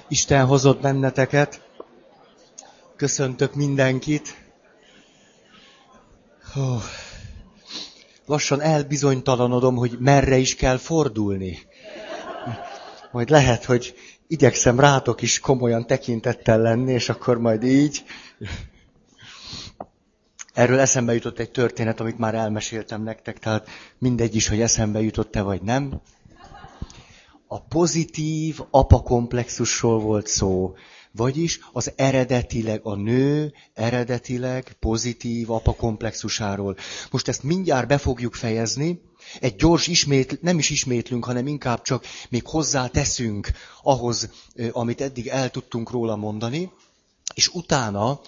Isten hozott benneteket. Köszöntök mindenkit. Lassan elbizonytalanodom, hogy merre is kell fordulni. Majd lehet, hogy igyekszem rátok is komolyan tekintettel lenni, és akkor majd így. Erről eszembe jutott egy történet, amit már elmeséltem nektek, tehát mindegy is, hogy eszembe jutott-e vagy nem. A pozitív apakomplexusról volt szó, vagyis az a nő eredetileg pozitív apakomplexusáról. Most ezt mindjárt be fogjuk fejezni, egy gyors nem is ismétlünk, hanem inkább csak még hozzáteszünk ahhoz, amit eddig el tudtunk róla mondani, és utána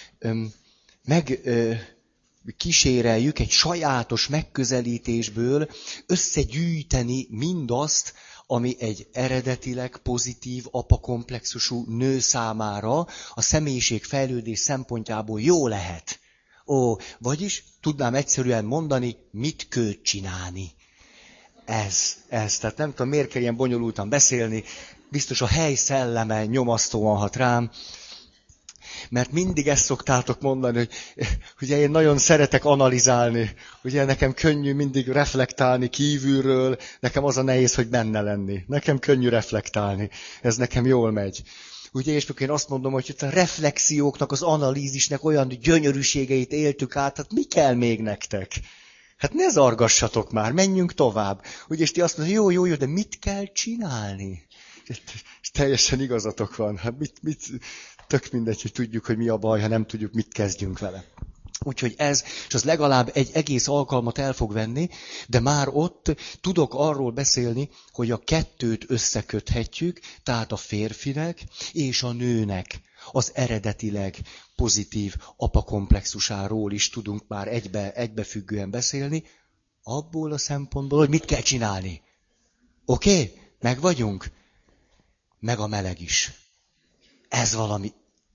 kíséreljük egy sajátos megközelítésből összegyűjteni mindazt, ami egy eredetileg pozitív apakomplexusú nő számára a személyiségfejlődés szempontjából jó lehet. Vagyis tudnám egyszerűen mondani, mit kell csinálni. Ez. Tehát nem tudom, miért kell ilyen bonyolultan beszélni, biztos a hely szelleme nyomasztóan hat rám, mert mindig ezt szoktátok mondani, hogy ugye én nagyon szeretek analizálni, ugye nekem könnyű mindig reflektálni kívülről, nekem az a nehéz, hogy benne lenni. Nekem könnyű reflektálni, ez nekem jól megy. Ugye, és én azt mondom, hogy a reflexióknak, az analízisnek olyan gyönyörűségeit éltük át, hát mi kell még nektek? Hát ne zargassatok már, menjünk tovább. Ugye, és ti azt mondod, jó, de mit kell csinálni? És teljesen igazatok van. Hát mit tök mindegy, hogy tudjuk, hogy mi a baj, ha nem tudjuk, mit kezdjünk vele. Úgyhogy ez, és az legalább egy egész alkalmat el fog venni, de már ott tudok arról beszélni, hogy a kettőt összeköthetjük, tehát a férfinek és a nőnek az eredetileg pozitív apakomplexusáról is tudunk már egybefüggően beszélni, abból a szempontból, hogy mit kell csinálni. Oké? Meg vagyunk? Meg a meleg is. Ez valami...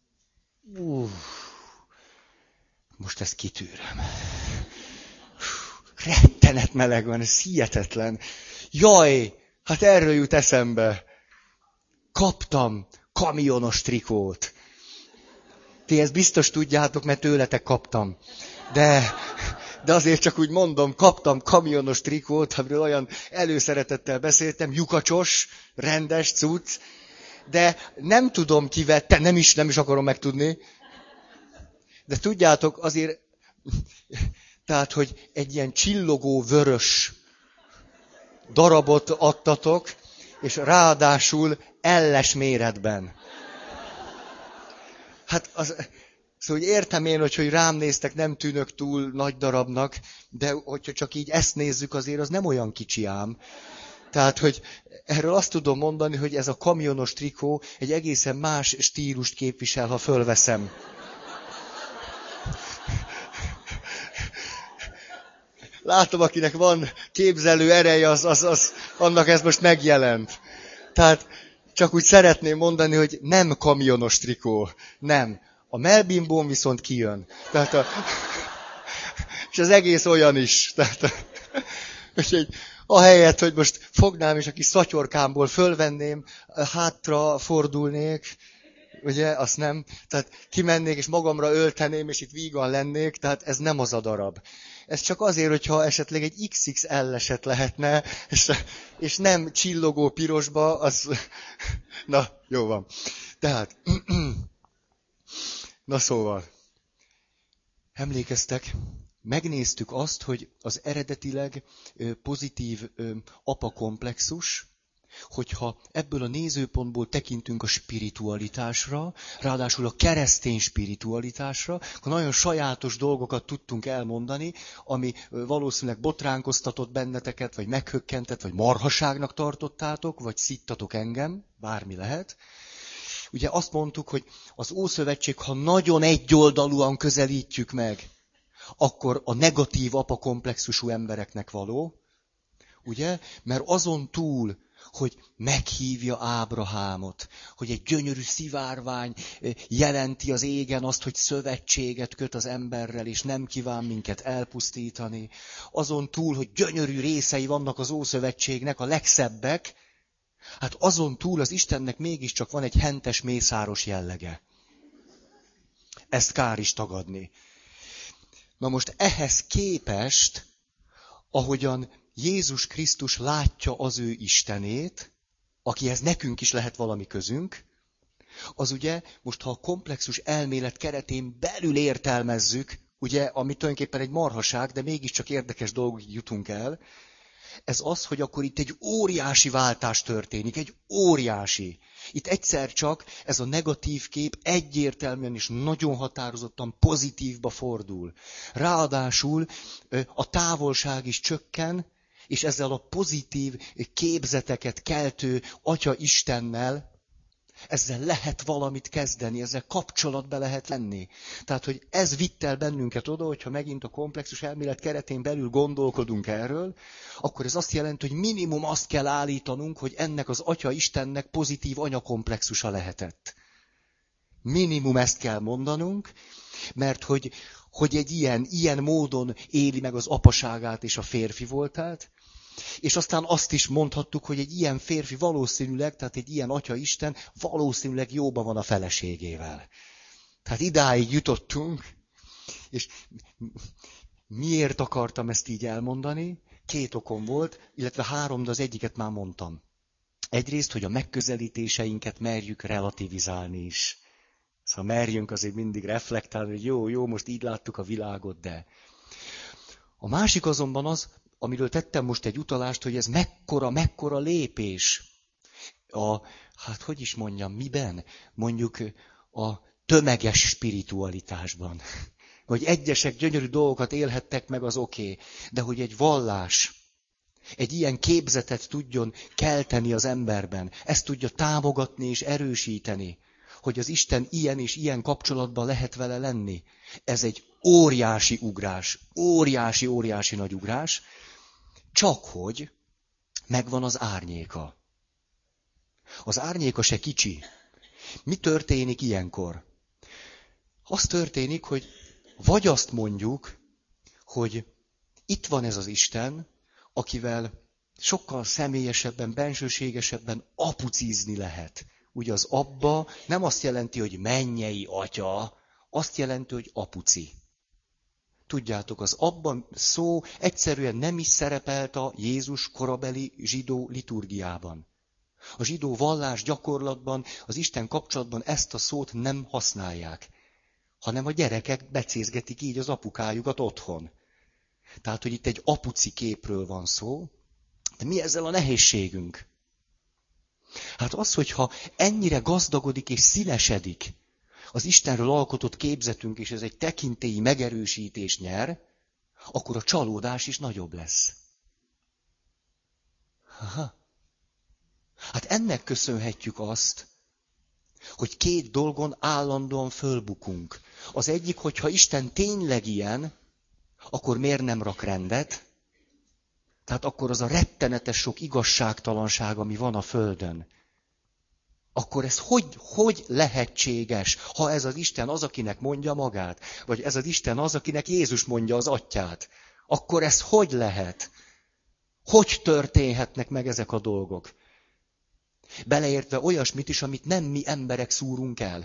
Most ezt kitűröm. Rettenet meleg van, ez hihetetlen. Jaj, hát erről jut eszembe. Kaptam kamionos trikót. Ti ezt biztos tudjátok, mert tőletek kaptam. De azért csak úgy mondom, kaptam kamionos trikót, amiről olyan előszeretettel beszéltem, lyukacsos, rendes cucc, de nem tudom ki vette, nem is akarom megtudni, de tudjátok, azért, tehát, hogy egy ilyen csillogó vörös darabot adtatok, és ráadásul elles méretben. Hát szóval értem én, hogy rám néztek, nem tűnök túl nagy darabnak, de hogyha csak így ezt nézzük, azért az nem olyan kicsi ám. Tehát, hogy erről azt tudom mondani, hogy ez a kamionos trikó egy egészen más stílust képvisel, ha fölveszem. Látom, akinek van képzelő ereje, annak ez most megjelent. Tehát csak úgy szeretném mondani, hogy nem kamionos trikó. Nem. A melbimbóm viszont kijön. Tehát és az egész olyan is. Tehát, úgyhogy ahelyett, hogy most fognám és a kis szatyorkámból fölvenném, hátra fordulnék, ugye, azt nem. Tehát kimennék és magamra ölteném, és itt vígan lennék, tehát ez nem az a darab. Ez csak azért, hogyha esetleg egy XXL-eset lehetne, és nem csillogó pirosba, az... Na, jó van. Tehát, na szóval, emlékeztek, megnéztük azt, hogy az eredetileg pozitív apakomplexus, hogyha ebből a nézőpontból tekintünk a spiritualitásra, ráadásul a keresztény spiritualitásra, akkor nagyon sajátos dolgokat tudtunk elmondani, ami valószínűleg botránkoztatott benneteket, vagy meghökkentett, vagy marhaságnak tartottátok, vagy szittatok engem, bármi lehet. Ugye azt mondtuk, hogy az Ószövetség, ha nagyon egyoldalúan közelítjük meg, akkor a negatív apakomplexusú embereknek való, ugye? Mert azon túl, hogy meghívja Ábrahámot, hogy egy gyönyörű szivárvány jelenti az égen azt, hogy szövetséget köt az emberrel, és nem kíván minket elpusztítani. Azon túl, hogy gyönyörű részei vannak az Ószövetségnek, a legszebbek, Hát azon túl az Istennek mégiscsak van egy hentes, mészáros jellege. Ezt kár is tagadni. Na most ehhez képest, ahogyan Jézus Krisztus látja az ő Istenét, akihez nekünk is lehet valami közünk, az ugye, most ha a komplexus elmélet keretén belül értelmezzük, ugye, ami tulajdonképpen egy marhaság, de mégiscsak érdekes dolgokig jutunk el, ez az, hogy akkor itt egy óriási váltás történik, egy óriási. Itt egyszer csak ez a negatív kép egyértelműen és nagyon határozottan pozitívba fordul. Ráadásul a távolság is csökken, és ezzel a pozitív képzeteket keltő Atya Istennel, ezzel lehet valamit kezdeni, ezzel kapcsolatba lehet lenni. Tehát, hogy ez vitt el bennünket oda, hogyha megint a komplexus elmélet keretén belül gondolkodunk erről, akkor ez azt jelenti, hogy minimum azt kell állítanunk, hogy ennek az Atya Istennek pozitív anyakomplexusa lehetett. Minimum ezt kell mondanunk, mert hogy egy ilyen módon éli meg az apaságát és a férfi voltát, és aztán azt is mondhattuk, hogy egy ilyen férfi valószínűleg, tehát egy ilyen Atya Isten valószínűleg jóban van a feleségével. Tehát idáig jutottunk, és miért akartam ezt így elmondani? 2 okom volt, illetve 3, de az egyiket már mondtam. Egyrészt, hogy a megközelítéseinket merjük relativizálni is. Szóval merjünk azért mindig reflektálni, hogy jó, most így láttuk a világot, de... A másik azonban az, amiről tettem most egy utalást, hogy ez mekkora lépés. Miben? Mondjuk a tömeges spiritualitásban. Hogy egyesek gyönyörű dolgokat élhettek meg, az oké. De hogy egy vallás egy ilyen képzetet tudjon kelteni az emberben, ezt tudja támogatni és erősíteni, hogy az Isten ilyen és ilyen kapcsolatban lehet vele lenni. Ez egy óriási ugrás, óriási nagy ugrás, csak hogy megvan az árnyéka. Az árnyéka se kicsi. Mi történik ilyenkor? Az történik, hogy vagy azt mondjuk, hogy itt van ez az Isten, akivel sokkal személyesebben, bensőségesebben apucizni lehet. Ugye az abba nem azt jelenti, hogy mennyei atya, azt jelenti, hogy apuci. Tudjátok, az abban szó egyszerűen nem is szerepelt a Jézus korabeli zsidó liturgiában. A zsidó vallás gyakorlatban, az Isten kapcsolatban ezt a szót nem használják, hanem a gyerekek becézgetik így az apukájukat otthon. Tehát, hogy itt egy apuci képről van szó, de mi ezzel a nehézségünk? Hát az, hogyha ennyire gazdagodik és színesedik az Istenről alkotott képzetünk, és ez egy tekintélyi megerősítést nyer, akkor a csalódás is nagyobb lesz. Aha. Hát ennek köszönhetjük azt, hogy 2 dolgon állandóan fölbukunk. Az egyik, hogyha Isten tényleg ilyen, akkor miért nem rak rendet? Tehát akkor az a rettenetes sok igazságtalanság, ami van a Földön. Akkor ez hogy lehetséges, ha ez az Isten az, akinek mondja magát? Vagy ez az Isten az, akinek Jézus mondja az atyát? Akkor ez hogy lehet? Hogy történhetnek meg ezek a dolgok? Beleértve olyasmit is, amit nem mi emberek szúrunk el.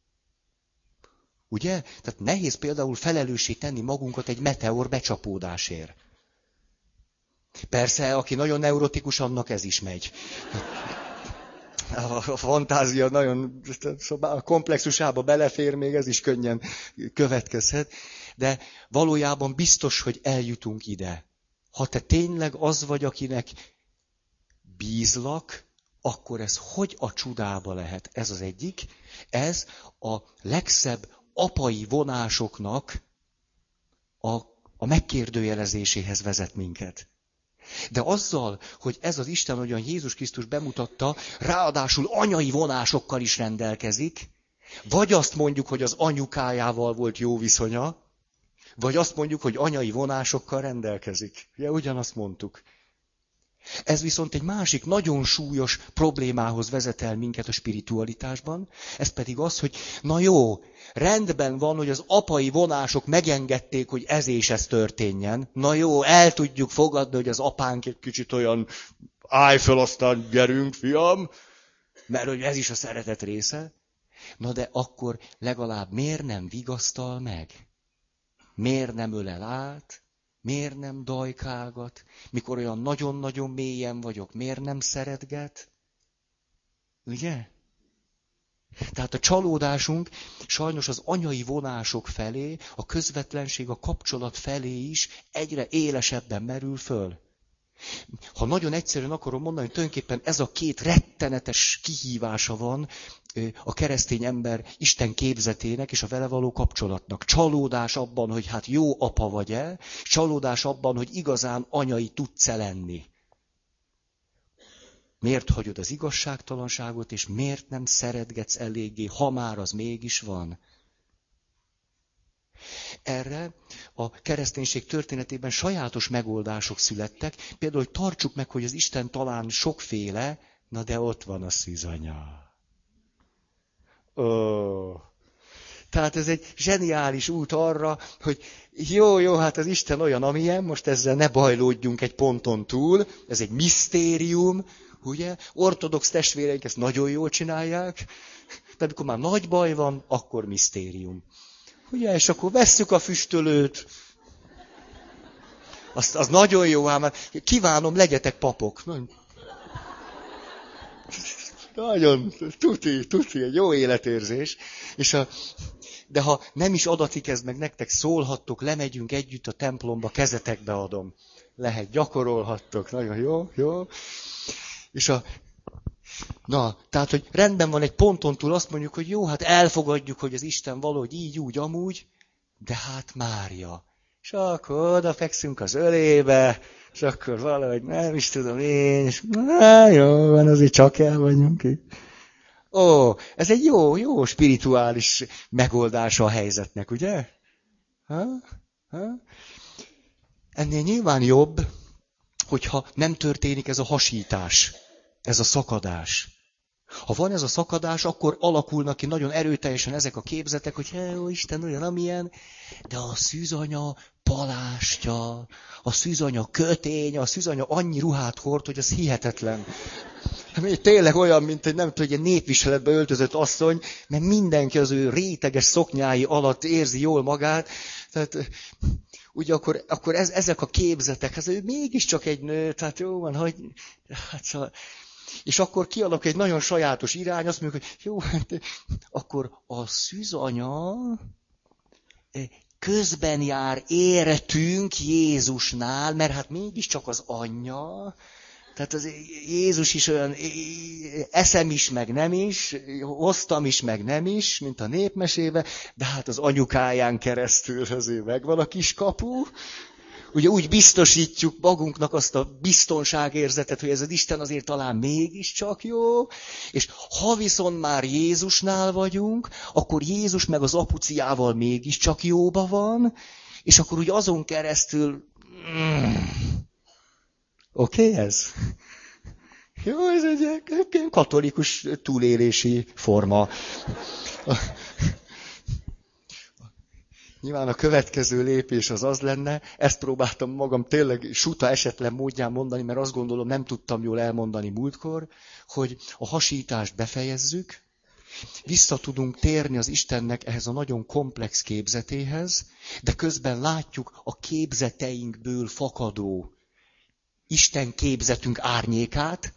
Ugye? Tehát nehéz például felelőssé tenni magunkat egy meteor becsapódásért. Persze, aki nagyon neurotikus, annak ez is megy. A fantázia nagyon a komplexusába belefér, még ez is könnyen következhet. De valójában biztos, hogy eljutunk ide. Ha te tényleg az vagy, akinek bízlak, akkor ez hogy a csudába lehet? Ez az egyik. Ez a legszebb apai vonásoknak a megkérdőjelezéséhez vezet minket. De azzal, hogy ez az Isten, ahogyan Jézus Krisztus bemutatta, ráadásul anyai vonásokkal is rendelkezik, vagy azt mondjuk, hogy az anyukájával volt jó viszonya, vagy azt mondjuk, hogy anyai vonásokkal rendelkezik. Ugye ugyanazt mondtuk. Ez viszont egy másik nagyon súlyos problémához vezet el minket a spiritualitásban, ez pedig az, hogy na jó, rendben van, hogy az apai vonások megengedték, hogy ez és ez történjen. Na jó, el tudjuk fogadni, hogy az apánk egy kicsit olyan állj föl, aztán gyerünk, fiam, mert hogy ez is a szeretet része. Na de akkor legalább miért nem vigasztal meg? Miért nem ölel át? Miért nem dajkálgat? Mikor olyan nagyon-nagyon mélyen vagyok, miért nem szeretget? Ugye? Tehát a csalódásunk sajnos az anyai vonások felé, a közvetlenség, a kapcsolat felé is egyre élesebben merül föl. Ha nagyon egyszerűen akarom mondani, hogy tulajdonképpen ez a két rettenetes kihívása van a keresztény ember Isten képzetének és a vele való kapcsolatnak. Csalódás abban, hogy hát jó apa vagy-e, csalódás abban, hogy igazán anyai tudsz-e lenni. Miért hagyod az igazságtalanságot, és miért nem szeretgetsz eléggé, ha már az mégis van? Erre a kereszténység történetében sajátos megoldások születtek. Például, hogy tartsuk meg, hogy az Isten talán sokféle, na de ott van a szűzanya. Tehát ez egy zseniális út arra, hogy jó, hát az Isten olyan, amilyen, most ezzel ne bajlódjunk egy ponton túl, ez egy misztérium, ugye? Ortodox testvéreink ezt nagyon jól csinálják, de amikor már nagy baj van, akkor misztérium. Ugye, és akkor vesszük a füstölőt. Az nagyon jó, ám kívánom, legyetek papok. Nagyon, tuti, egy jó életérzés. De ha nem is adatik ez meg nektek, szólhattok, lemegyünk együtt a templomba, kezetekbe adom. Lehet, gyakorolhattok, nagyon jó. Tehát, hogy rendben van egy ponton túl, azt mondjuk, hogy jó, hát elfogadjuk, hogy az Isten valahogy így, úgy, amúgy, de hát Mária. És akkor oda fekszünk az ölébe, és akkor valahogy nem is tudom én, és jó van, azért csak el vagyunk itt. Ez egy jó spirituális megoldása a helyzetnek, ugye? Ennél nyilván jobb, hogyha nem történik ez a hasítás, ez a szakadás. Ha van ez a szakadás, akkor alakulnak ki nagyon erőteljesen ezek a képzetek, hogy jó Isten olyan, amilyen, de a szűzanya palástja, a szűzanya kötény, a szűzanya annyi ruhát hord, hogy az hihetetlen. Tényleg olyan, mint egy nem tudom, egy népviseletbe öltözött asszony, mert mindenki az ő réteges szoknyái alatt érzi jól magát. Tehát ugye akkor ezek a képzetek, ez ő mégiscsak egy nő, tehát jó van, hogy hát szóval, és akkor kialakul egy nagyon sajátos irány, azt mondjuk, hogy jó, hát akkor a szűzanya közben jár értünk Jézusnál, mert hát mégiscsak az anyja, tehát az Jézus is olyan, eszem is, meg nem is, hoztam is, meg nem is, mint a népmesébe, de hát az anyukáján keresztül azért megvan a kis kapu. Ugye úgy biztosítjuk magunknak azt a biztonságérzetet, hogy ez az Isten azért talán mégiscsak jó, és ha viszont már Jézusnál vagyunk, akkor Jézus meg az apuciával mégiscsak jóba van, és akkor úgy azon keresztül... Oké, ez? Jó, ez egy katolikus túlélési forma. Nyilván a következő lépés az lenne, ezt próbáltam magam tényleg suta esetlen módján mondani, mert azt gondolom nem tudtam jól elmondani múltkor, hogy a hasítást befejezzük, vissza tudunk térni az Istennek ehhez a nagyon komplex képzetéhez, de közben látjuk a képzeteinkből fakadó Isten képzetünk árnyékát.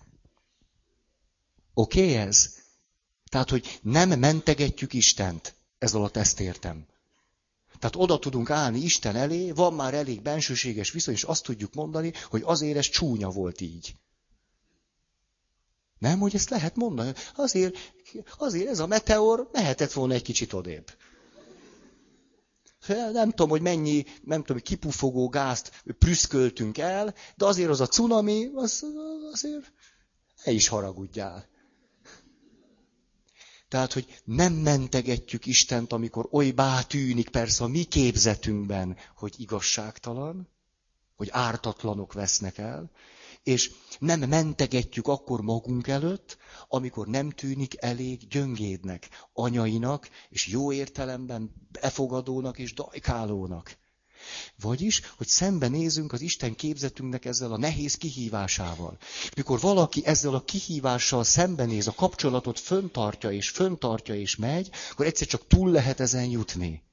Oké ez? Tehát, hogy nem mentegetjük Istent. Ez alatt ezt értem. Tehát oda tudunk állni Isten elé, van már elég bensőséges viszony, és azt tudjuk mondani, hogy azért ez csúnya volt így. Nem, hogy ezt lehet mondani. Azért ez a meteor mehetett volna egy kicsit odébb. Nem tudom, hogy mennyi, kipufogó gázt prüszköltünk el, de azért az a cunami, azért ne is haragudjál. Tehát, hogy nem mentegetjük Istent, amikor olybá tűnik persze a mi képzetünkben, hogy igazságtalan, hogy ártatlanok vesznek el, és nem mentegetjük akkor magunk előtt, amikor nem tűnik elég gyöngédnek, anyainak, és jó értelemben befogadónak és dajkálónak. Vagyis, hogy szembenézünk az Isten képzetünknek ezzel a nehéz kihívásával. Mikor valaki ezzel a kihívással szembenéz, a kapcsolatot föntartja és megy, akkor egyszer csak túl lehet ezen jutni.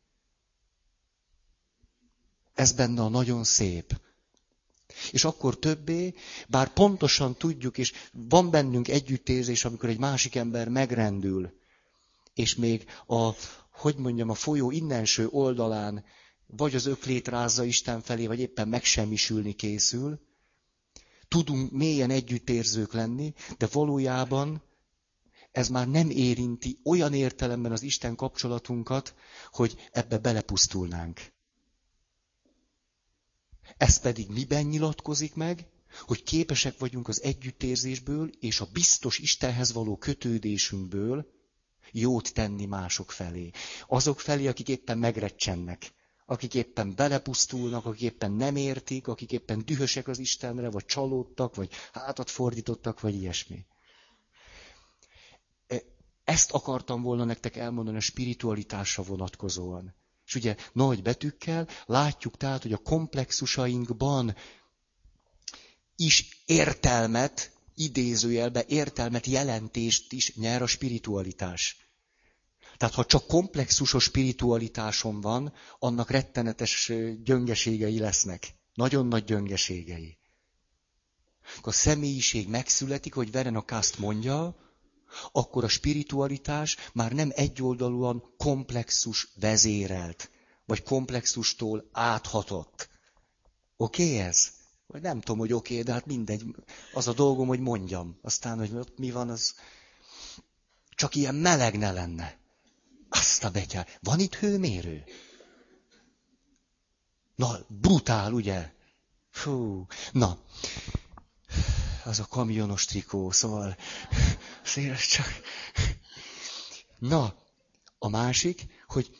Ez benne a nagyon szép. És akkor többé, bár pontosan tudjuk, és van bennünk együttérzés, amikor egy másik ember megrendül, és még a folyó innenső oldalán vagy az öklét rázza Isten felé, vagy éppen megsemmisülni készül, tudunk mélyen együttérzők lenni, de valójában ez már nem érinti olyan értelemben az Isten kapcsolatunkat, hogy ebbe belepusztulnánk. Ez pedig miben nyilatkozik meg? Hogy képesek vagyunk az együttérzésből és a biztos Istenhez való kötődésünkből jót tenni mások felé. Azok felé, akik éppen megrecsennek, akik éppen belepusztulnak, akik éppen nem értik, akik éppen dühösek az Istenre, vagy csalódtak, vagy hátat fordítottak, vagy ilyesmi. Ezt akartam volna nektek elmondani a spiritualitásra vonatkozóan. És ugye nagy betűkkel látjuk tehát, hogy a komplexusainkban is értelmet, idézőjelbe értelmet, jelentést is nyer a spiritualitás. Tehát ha csak komplexusos spiritualitásom van, annak rettenetes gyöngeségei lesznek. Nagyon nagy gyöngeségei. A személyiség megszületik, hogy Veronica azt mondja, akkor a spiritualitás már nem egyoldalúan komplexus vezérelt, vagy komplexustól áthatott. Oké ez? Vagy nem tudom, hogy oké, de hát mindegy. Az a dolgom, hogy mondjam. Aztán, hogy ott mi van, az csak ilyen meleg ne lenne. Azt a betyár. Van itt hőmérő? Na, brutál, ugye? Fú, na. Az a kamionos trikó, szóval széles csak. Na, a másik, hogy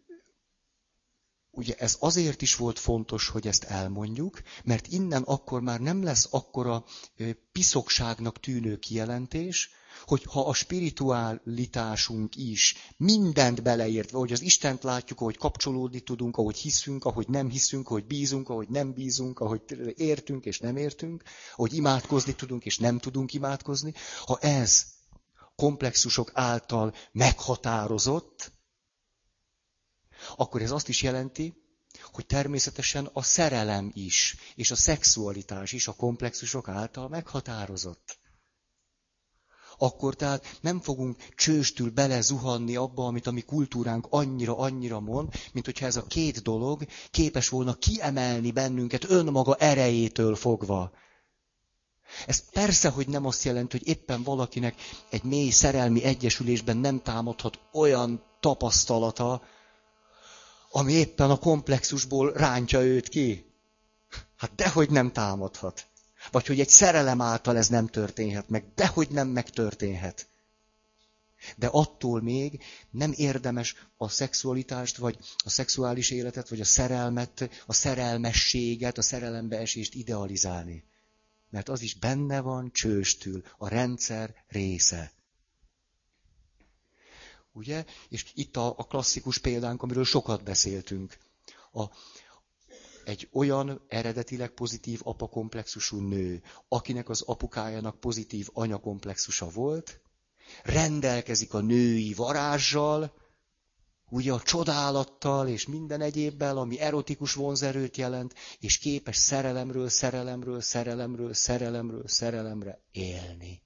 ugye ez azért is volt fontos, hogy ezt elmondjuk, mert innen akkor már nem lesz akkora piszokságnak tűnő kijelentés, hogy ha a spiritualitásunk is mindent beleértve, hogy az Istent látjuk, ahogy kapcsolódni tudunk, ahogy hiszünk, ahogy nem hiszünk, ahogy bízunk, ahogy nem bízunk, ahogy értünk és nem értünk, ahogy imádkozni tudunk és nem tudunk imádkozni, ha ez komplexusok által meghatározott, akkor ez azt is jelenti, hogy természetesen a szerelem is, és a szexualitás is a komplexusok által meghatározott. Akkor tehát nem fogunk csőstül belezuhanni abba, amit a mi kultúránk annyira mond, mint hogyha ez a két dolog képes volna kiemelni bennünket önmaga erejétől fogva. Ez persze, hogy nem azt jelenti, hogy éppen valakinek egy mély szerelmi egyesülésben nem támadhat olyan tapasztalata, ami éppen a komplexusból rántja őt ki. Hát dehogy nem támadhat. Vagy hogy egy szerelem által ez nem történhet meg, dehogy nem megtörténhet. De attól még nem érdemes a szexualitást, vagy a szexuális életet, vagy a szerelmet, a szerelmességet, a szerelembeesést idealizálni. Mert az is benne van csőstül, a rendszer része. Ugye? És itt a klasszikus példánk, amiről sokat beszéltünk. Egy olyan eredetileg pozitív apakomplexusú nő, akinek az apukájának pozitív anyakomplexusa volt, rendelkezik a női varázssal, ugye a csodálattal és minden egyébbel, ami erotikus vonzerőt jelent, és képes szerelemre élni.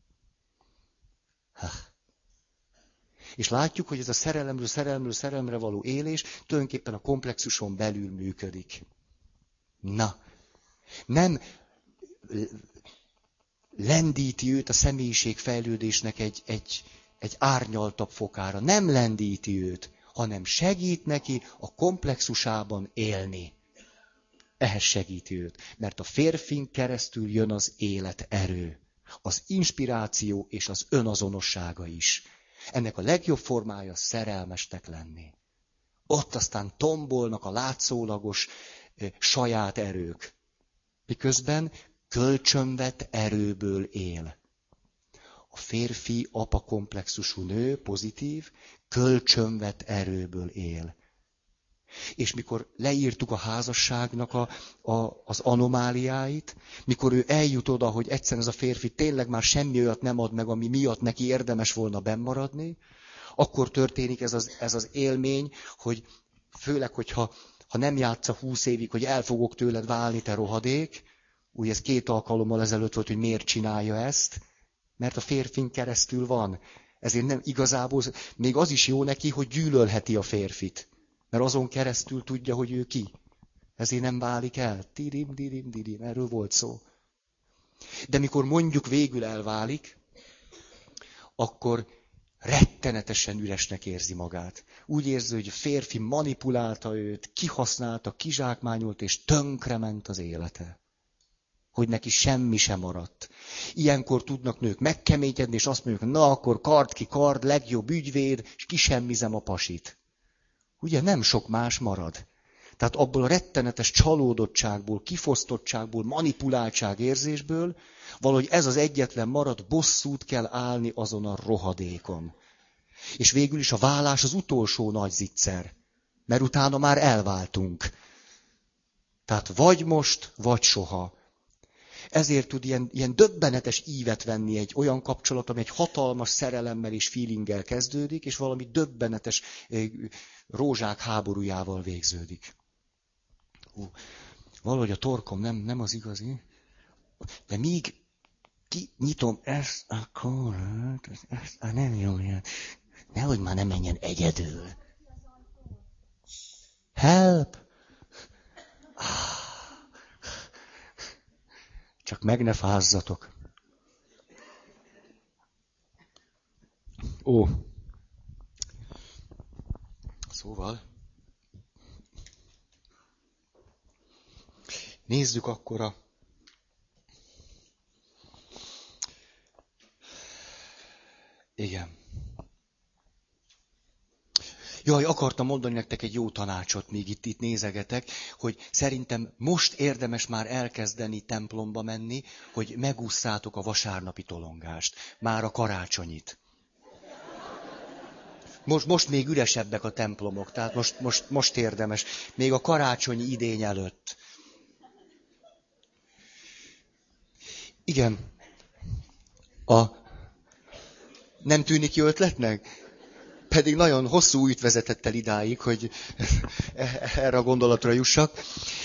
És látjuk, hogy ez a szerelemre való élés tulajdonképpen a komplexuson belül működik. Na, nem lendíti őt a személyiségfejlődésnek egy árnyaltabb fokára. Nem lendíti őt, hanem segít neki a komplexusában élni. Ehhez segíti őt. Mert a férfin keresztül jön az életerő, az inspiráció és az önazonossága is. Ennek a legjobb formája szerelmesnek lenni. Ott aztán tombolnak a látszólagos saját erők. Miközben kölcsönvett erőből él. A férfi apakomplexusú nő, pozitív, kölcsönvett erőből él. És mikor leírtuk a házasságnak az anomáliáit, mikor ő eljut oda, hogy egyszerűen ez a férfi tényleg már semmi olyat nem ad meg, ami miatt neki érdemes volna bennmaradni, akkor történik ez az élmény, hogy főleg, hogyha nem játsza 20 évig, hogy el fogok tőled válni, te rohadék, úgy ez 2 alkalommal ezelőtt volt, hogy miért csinálja ezt, mert a férfin keresztül van. Ezért nem igazából, még az is jó neki, hogy gyűlölheti a férfit. Mert azon keresztül tudja, hogy ő ki. Ezért nem válik el. Dirim, erről volt szó. De mikor mondjuk végül elválik, akkor rettenetesen üresnek érzi magát. Úgy érzi, hogy a férfi manipulálta őt, kihasználta, kizsákmányolt, és tönkrement az élete. Hogy neki semmi sem maradt. Ilyenkor tudnak nők megkeményedni, és azt mondjuk, na akkor kard ki kard, legjobb ügyvéd, és kisemmizem a pasit. Ugye nem sok más marad. Tehát abból a rettenetes csalódottságból, kifosztottságból, manipuláltság érzésből valahogy ez az egyetlen marad, bosszút kell állni azon a rohadékon. És végül is a válás az utolsó nagy zicser, mert utána már elváltunk. Tehát vagy most, vagy soha. Ezért tud ilyen döbbenetes ívet venni egy olyan kapcsolat, ami egy hatalmas szerelemmel és feelinggel kezdődik, és valami döbbenetes rózsák háborújával végződik. Valahogy a torkom nem az igazi, de míg kinyitom ezt a korát, ezt nem jó ilyen. Nehogy már nem menjen egyedül. Help! Csak meg ne fázzatok. Ó. Szóval. Nézzük akkor a... Igen. Jaj, akartam mondani nektek egy jó tanácsot, még itt nézegetek, hogy szerintem most érdemes már elkezdeni templomba menni, hogy megússzátok a vasárnapi tolongást, már a karácsonyit. Most még üresebbek a templomok, tehát most érdemes, még a karácsonyi idény előtt. Igen. Nem tűnik jó ötletnek? Pedig nagyon hosszú út vezetett el idáig, hogy erre a gondolatra jussak.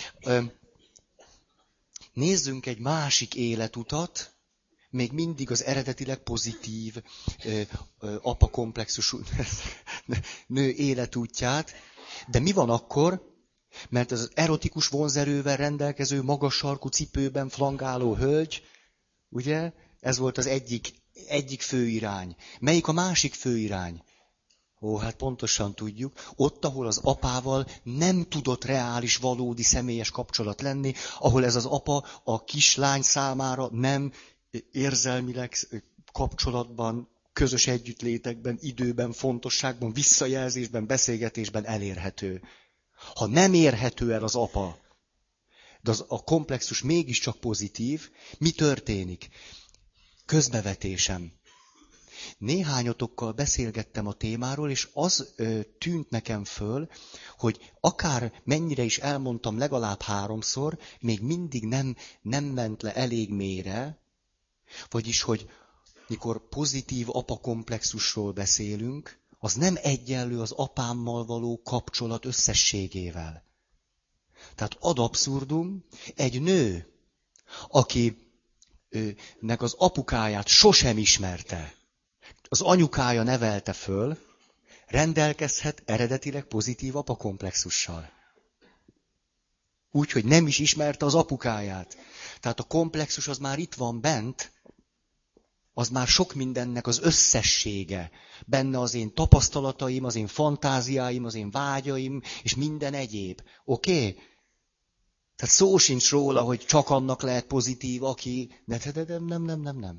Nézzünk egy másik életutat, még mindig az eredetileg pozitív apakomplexusú nő életútját. De mi van akkor, mert az erotikus vonzerővel rendelkező, magas sarkú cipőben flangáló hölgy, ugye, ez volt az egyik főirány. Melyik a másik főirány? Ó, hát pontosan tudjuk, ott, ahol az apával nem tudott reális, valódi, személyes kapcsolat lenni, ahol ez az apa a kislány számára nem érzelmileg kapcsolatban, közös együttlétekben, időben, fontosságban, visszajelzésben, beszélgetésben elérhető. Ha nem érhető el az apa, de a komplexus mégiscsak pozitív, mi történik? Közbevetésem. Néhányotokkal beszélgettem a témáról, és az tűnt nekem föl, hogy akár mennyire is elmondtam legalább 3-szor, még mindig nem ment le elég mélyre, vagyis, hogy mikor pozitív apakomplexusról beszélünk, az nem egyenlő az apámmal való kapcsolat összességével. Tehát ad abszurdum, egy nő, akinek az apukáját sosem ismerte, az anyukája nevelte föl, rendelkezhet eredetileg pozitív apakomplexussal. Úgy, hogy nem is ismerte az apukáját. Tehát a komplexus az már itt van bent, az már sok mindennek az összessége. Benne az én tapasztalataim, az én fantáziáim, az én vágyaim, és minden egyéb. Oké? Tehát szó sincs róla, hogy csak annak lehet pozitív, aki... Nem.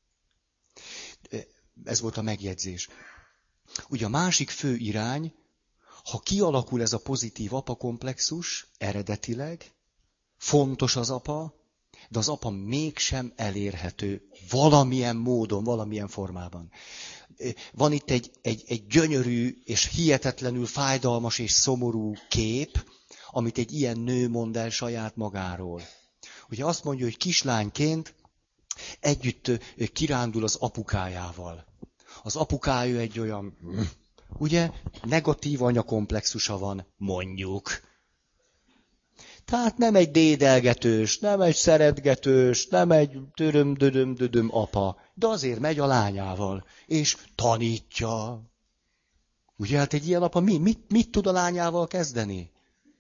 Ez volt a megjegyzés. Ugye a másik fő irány, ha kialakul ez a pozitív apakomplexus eredetileg, fontos az apa, de az apa mégsem elérhető valamilyen módon, valamilyen formában. van itt egy gyönyörű és hihetetlenül fájdalmas és szomorú kép, amit egy ilyen nő mond el saját magáról. Ugye azt mondja, hogy kislányként együtt kirándul az apukájával. Az apukája egy olyan, ugye, negatív anyakomplexusa van, mondjuk. Tehát nem egy dédelgetős, nem egy szeretgetős, nem egy dödöm apa, de azért megy a lányával, és tanítja. Ugye, hát egy ilyen apa mit tud a lányával kezdeni?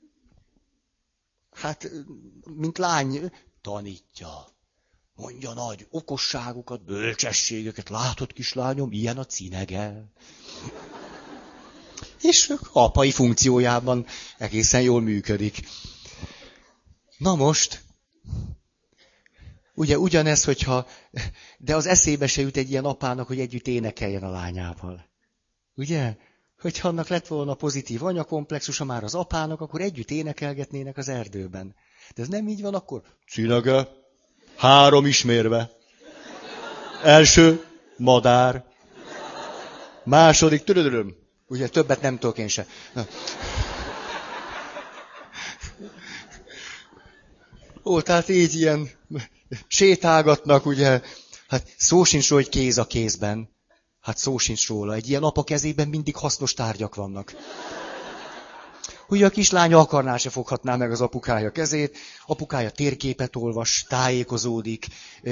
Hát, mint lány, tanítja. Mondja nagy okosságokat, bölcsességeket. Látod, kislányom, ilyen a cinege. És apai funkciójában egészen jól működik. Na most, ugye ugyanez, hogyha, de az eszébe se jut egy ilyen apának, hogy együtt énekeljen a lányával. Ugye? Hogyha annak lett volna pozitív anyakomplexusa már az apának, akkor együtt énekelgetnének az erdőben. De ez nem így van, akkor cinege, 3 ismérve. Első, madár. Második, törödöröm. Ugye többet nem tudok én se. Ó, tehát így ilyen sétálgatnak, ugye. Hát szó sincs róla, hogy kéz a kézben. Hát szó sincs róla. Egy ilyen apa kezében mindig hasznos tárgyak vannak. Ugye a kislánya akarná, se foghatná meg az apukája kezét, apukája térképet olvas, tájékozódik,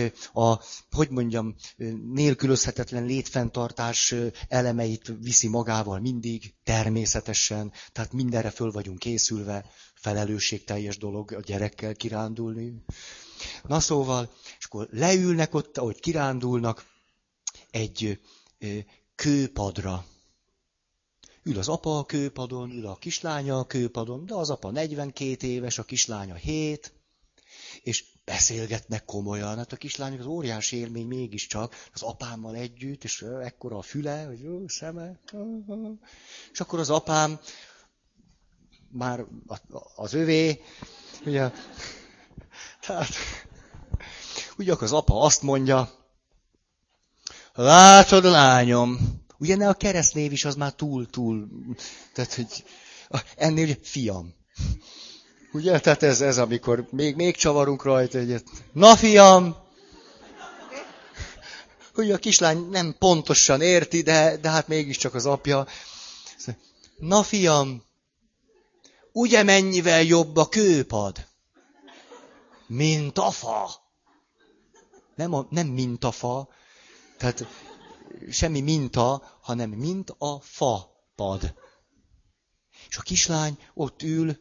nélkülözhetetlen létfenntartás elemeit viszi magával mindig, természetesen, tehát mindenre föl vagyunk készülve, felelősségteljes dolog a gyerekkel kirándulni. Na szóval, és akkor leülnek ott, ahogy kirándulnak, egy kőpadra. Ül az apa a kőpadon, ül a kislánya a kőpadon, de az apa 42 éves, a kislánya 7, és beszélgetnek komolyan. Hát a kislánynak az óriási élmény mégiscsak, az apámmal együtt, és ekkora a füle, hogy jó, szeme. És akkor az apám, már az övé, ugye, tehát, ugye akkor az apa azt mondja, látod, lányom, ugye ne a keresztnév is az már túl, tehát, hogy ennél ugye, fiam. Ugye, tehát ez amikor még csavarunk rajta egyet. Na, fiam! Ugye a kislány nem pontosan érti, de hát mégiscsak az apja. Na, fiam! Ugye mennyivel jobb a kőpad? Mint a fa. Nem mint a fa, tehát semmi minta, hanem mint a fa pad. És a kislány ott ül,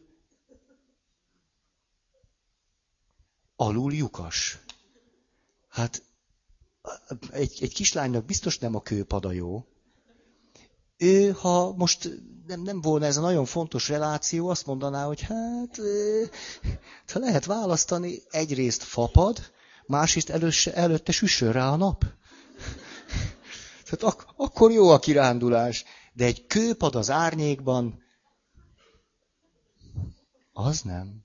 alul lyukas. Hát egy kislánynak biztos nem a kőpad a jó. Ő, ha most nem volna ez a nagyon fontos reláció, azt mondaná, hogy hát, ha lehet választani, egyrészt fapad, másrészt előtte süssön rá a nap. Tehát akkor jó a kirándulás. De egy kőpad az árnyékban, az nem.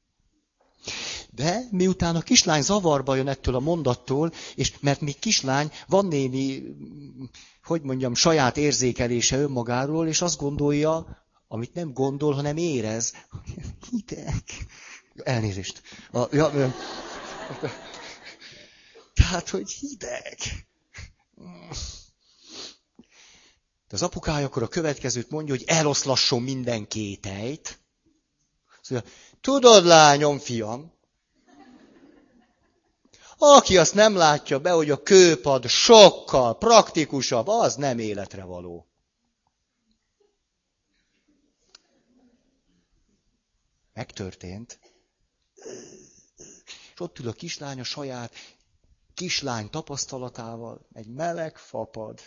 De miután a kislány zavarba jön ettől a mondattól, és mert még kislány, van némi, saját érzékelése önmagáról, és azt gondolja, amit nem gondol, hanem érez. Hideg. Elnézést. Tehát, hogy hideg. De az apukája akkor a következőt mondja, hogy eloszlasson minden kételyt. Szóval, tudod, lányom, fiam, aki azt nem látja be, hogy a kőpad sokkal praktikusabb, az nem életre való. Megtörtént. És ott ül a kislány a saját kislány tapasztalatával, egy meleg fapad.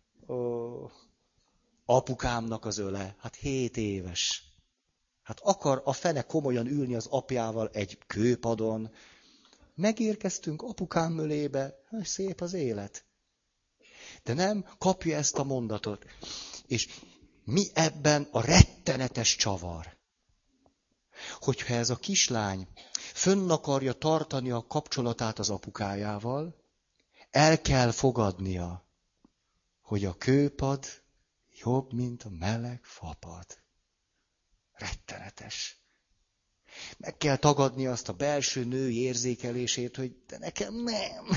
Apukámnak az öle, hát 7 éves. Hát akar a fene komolyan ülni az apjával egy kőpadon. Megérkeztünk apukám mölébe, hát szép az élet. De nem kapja ezt a mondatot. És mi ebben a rettenetes csavar? Hogyha ez a kislány fönn akarja tartani a kapcsolatát az apukájával, el kell fogadnia, hogy a kőpad jobb, mint a meleg fapad. Rettenetes. Meg kell tagadni azt a belső női érzékelését, hogy de nekem nem.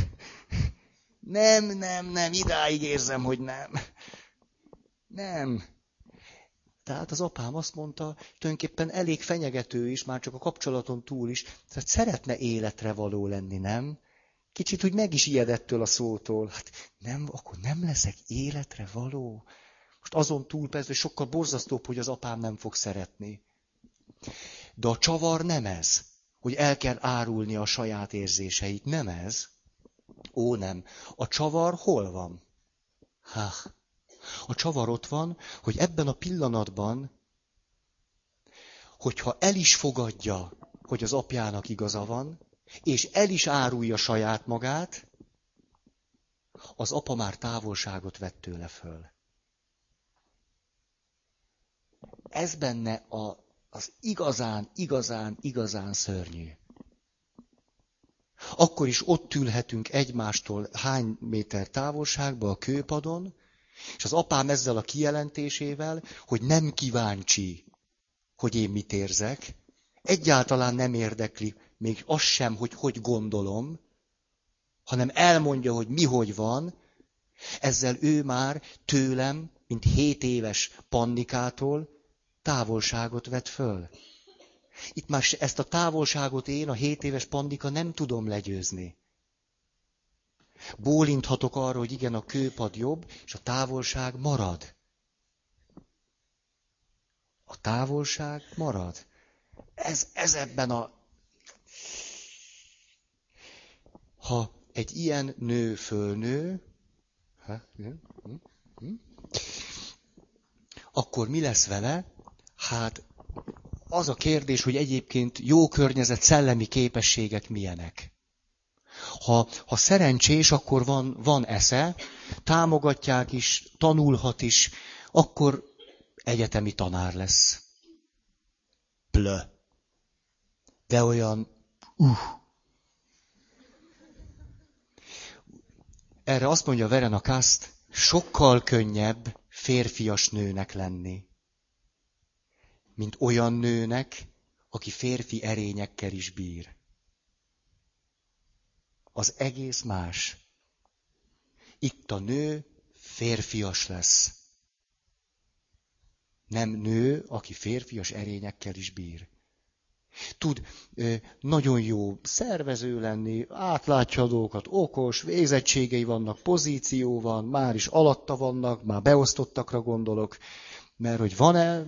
Nem, idáig érzem, hogy nem. Nem. Tehát az apám azt mondta, tulajdonképpen elég fenyegető is, már csak a kapcsolaton túl is, tehát szeretne életre való lenni, nem? Kicsit úgy meg is ijed ettől a szótól. Hát nem, akkor nem leszek életre való. Most azon túl persze, hogy sokkal borzasztóbb, hogy az apám nem fog szeretni. De a csavar nem ez, hogy el kell árulni a saját érzéseit. Nem ez. Ó, nem. A csavar hol van? A csavar ott van, hogy ebben a pillanatban, hogyha el is fogadja, hogy az apjának igaza van, és el is árulja saját magát, az apa már távolságot vett tőle föl. Ez benne az igazán szörnyű. Akkor is ott ülhetünk egymástól hány méter távolságba a kőpadon, és az apám ezzel a kijelentésével, hogy nem kíváncsi, hogy én mit érzek, egyáltalán nem érdekli még az sem, hogy gondolom, hanem elmondja, hogy mi hogy van, ezzel ő már tőlem, mint 7 éves Pannikától távolságot vett föl. Itt már ezt a távolságot én, a 7 éves Pannika nem tudom legyőzni. Bólinthatok arra, hogy igen, a kőpad jobb, és a távolság marad. A távolság marad. Ez ebben a... Ha egy ilyen nő fölnő, akkor mi lesz vele? Hát az a kérdés, hogy egyébként jó környezet, szellemi képességek milyenek. Ha szerencsés, akkor van esze, támogatják is, tanulhat is, akkor egyetemi tanár lesz. De olyan... Erre azt mondja Verena Kast, sokkal könnyebb férfias nőnek lenni, mint olyan nőnek, aki férfi erényekkel is bír. Az egész más. Itt a nő férfias lesz. Nem nő, aki férfias erényekkel is bír. Tud nagyon jó szervező lenni, átlátja a dolgokat, okos, végzettségei vannak, pozíció van, már is alatta vannak, már beosztottakra gondolok, mert hogy van-e...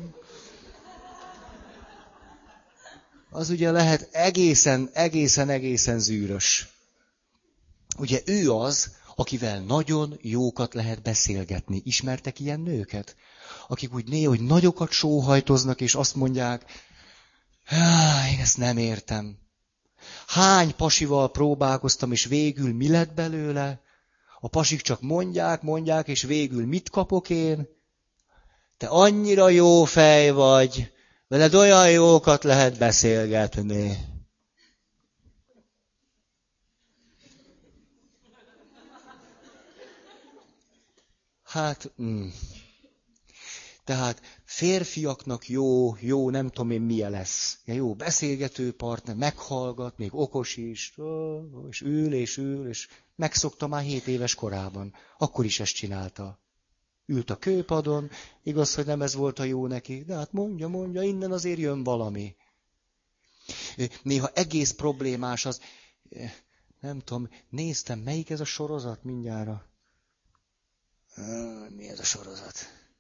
Az ugye lehet egészen zűrös. Ugye ő az, akivel nagyon jókat lehet beszélgetni. Ismertek ilyen nőket? Akik úgy néha, hogy nagyokat sóhajtoznak, és azt mondják, én ezt nem értem. Hány pasival próbálkoztam, és végül mi lett belőle? A pasik csak mondják, és végül mit kapok én? Te annyira jó fej vagy, veled olyan jókat lehet beszélgetni. Tehát férfiaknak jó, nem tudom én milyen lesz. Jó beszélgető partner, meghallgat, még okos is, és ül, és megszokta már 7 éves korában. Akkor is ezt csinálta. Ült a kőpadon, igaz, hogy nem ez volt a jó neki, de hát mondja, innen azért jön valami. Néha egész problémás az, nem tudom, néztem, melyik ez a sorozat mindjára? Mi ez a sorozat?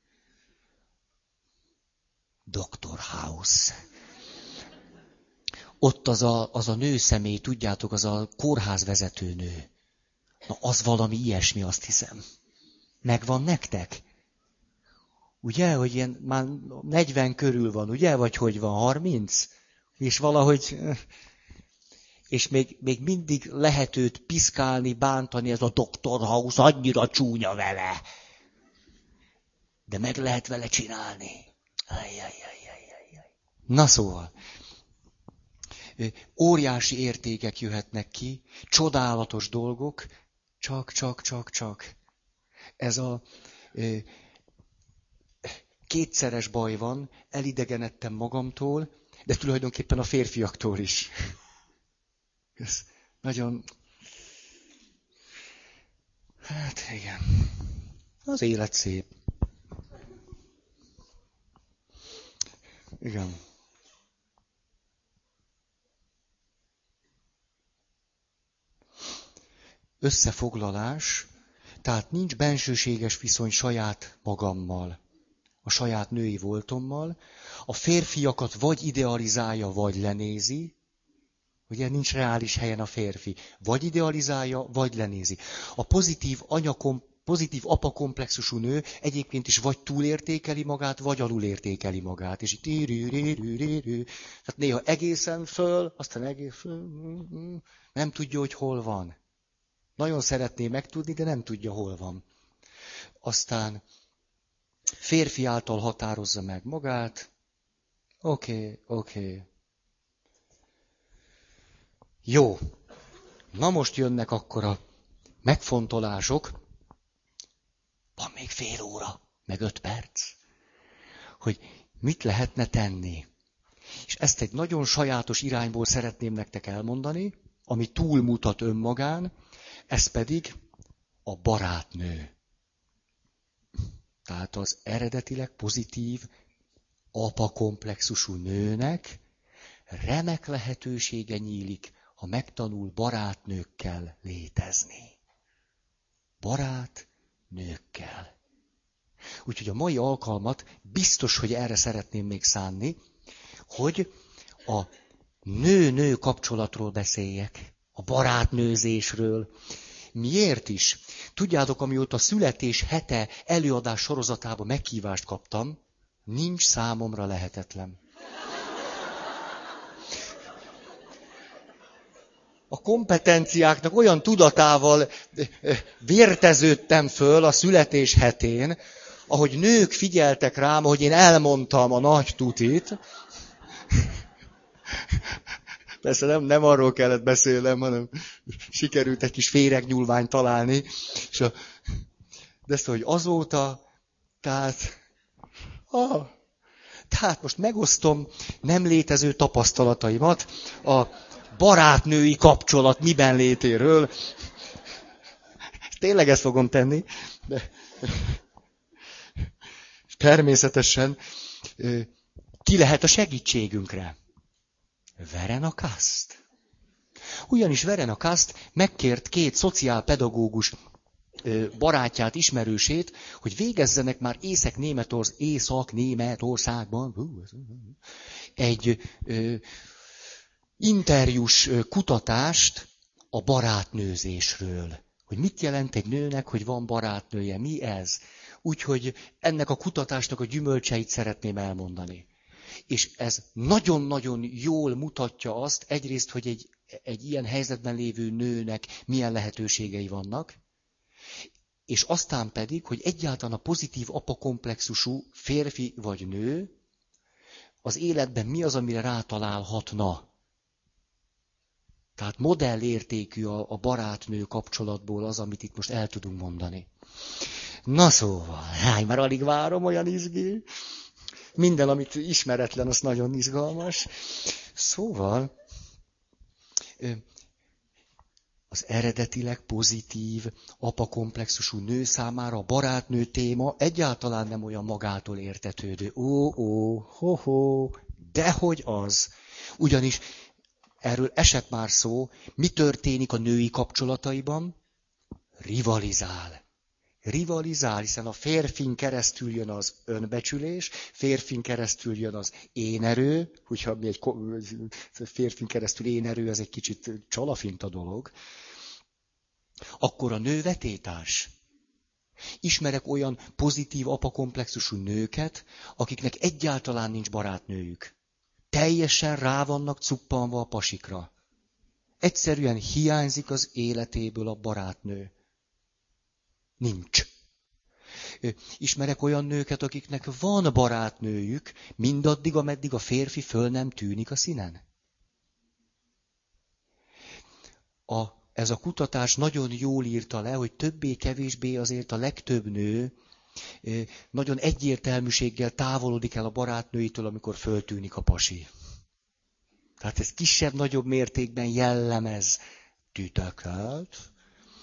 Dr. House. Ott az a nőszemély, tudjátok, az a kórházvezető nő. Na, az valami ilyesmi, azt hiszem. Megvan nektek? Ugye, hogy ilyen már 40 körül van, ugye? Vagy hogy van, 30? És valahogy... És még mindig lehet őt piszkálni, bántani, ez a Dr. House annyira csúnya vele. De meg lehet vele csinálni. Na szóval, óriási értékek jöhetnek ki, csodálatos dolgok, csak. Ez a kétszeres baj van, elidegenedtem magamtól, de tulajdonképpen a férfiaktól is. Ez nagyon... Hát igen. Az élet szép. Igen. Összefoglalás, tehát nincs bensőséges viszony saját magammal, a saját női voltommal. A férfiakat vagy idealizálja, vagy lenézi. Ugye nincs reális helyen a férfi. Vagy idealizálja, vagy lenézi. A pozitív apakomplexusú nő egyébként is vagy túlértékeli magát, vagy alulértékeli magát. És itt tehát néha egészen föl, aztán egészen nem tudja, hogy hol van. Nagyon szeretné megtudni, de nem tudja, hol van. Aztán férfi által határozza meg magát. Oké. Jó. Na most jönnek akkor a megfontolások. Van még fél óra, meg 5 perc. Hogy mit lehetne tenni. És ezt egy nagyon sajátos irányból szeretném nektek elmondani, ami túlmutat önmagán, ez pedig a barátnő. Tehát az eredetileg pozitív apakomplexusú nőnek remek lehetősége nyílik, ha megtanul barátnőkkel létezni. Barátnőkkel. Úgyhogy a mai alkalmat biztos, hogy erre szeretném még szánni, hogy a nő-nő kapcsolatról beszéljek, a barátnőzésről. Miért is? Tudjátok, amióta születés hete előadás sorozatában meghívást kaptam, nincs számomra lehetetlen. A kompetenciáknak olyan tudatával vérteződtem föl a születés hetén, ahogy nők figyeltek rám, ahogy én elmondtam a nagy tutit. Persze nem arról kellett beszélnem, hanem sikerült egy kis féregnyúlványt találni. De ezt, hogy azóta, tehát most megosztom nem létező tapasztalataimat a barátnői kapcsolat miben létéről. Tényleg ezt fogom tenni, de természetesen ki lehet a segítségünkre? Verena Kast. Ugyanis Verena Kast megkért 2 szociálpedagógus barátját, ismerősét, hogy végezzenek már Észak-Németországban egy interjús kutatást a barátnőzésről. Hogy mit jelent egy nőnek, hogy van barátnője, mi ez? Úgyhogy ennek a kutatásnak a gyümölcseit szeretném elmondani. És ez nagyon-nagyon jól mutatja azt, egyrészt, hogy egy ilyen helyzetben lévő nőnek milyen lehetőségei vannak, és aztán pedig, hogy egyáltalán a pozitív apakomplexusú férfi vagy nő az életben mi az, amire rátalálhatna. Tehát modellértékű a barátnő kapcsolatból az, amit itt most el tudunk mondani. Na szóval, már alig várom, olyan izgi. Minden, amit ismeretlen, az nagyon izgalmas. Szóval, az eredetileg pozitív, apakomplexusú nő számára a barátnő téma egyáltalán nem olyan magától értetődő. Dehogy az. Ugyanis erről esett már szó, mi történik a női kapcsolataiban? Rivalizál, hiszen a férfin keresztül jön az önbecsülés, férfin keresztül jön az énerő, hogyha mi egy férfin keresztül énerő, ez egy kicsit csalafinta dolog, akkor a nő vetétás. Ismerek olyan pozitív apakomplexusú nőket, akiknek egyáltalán nincs barátnőjük. Teljesen rá vannak cuppanva a pasikra. Egyszerűen hiányzik az életéből a barátnő. Nincs. Ismerek olyan nőket, akiknek van barátnőjük, mindaddig, ameddig a férfi föl nem tűnik a színen. ez a kutatás nagyon jól írta le, hogy többé-kevésbé azért a legtöbb nő nagyon egyértelműséggel távolodik el a barátnőitől, amikor föltűnik a pasi. Tehát ez kisebb-nagyobb mértékben jellemez titeket.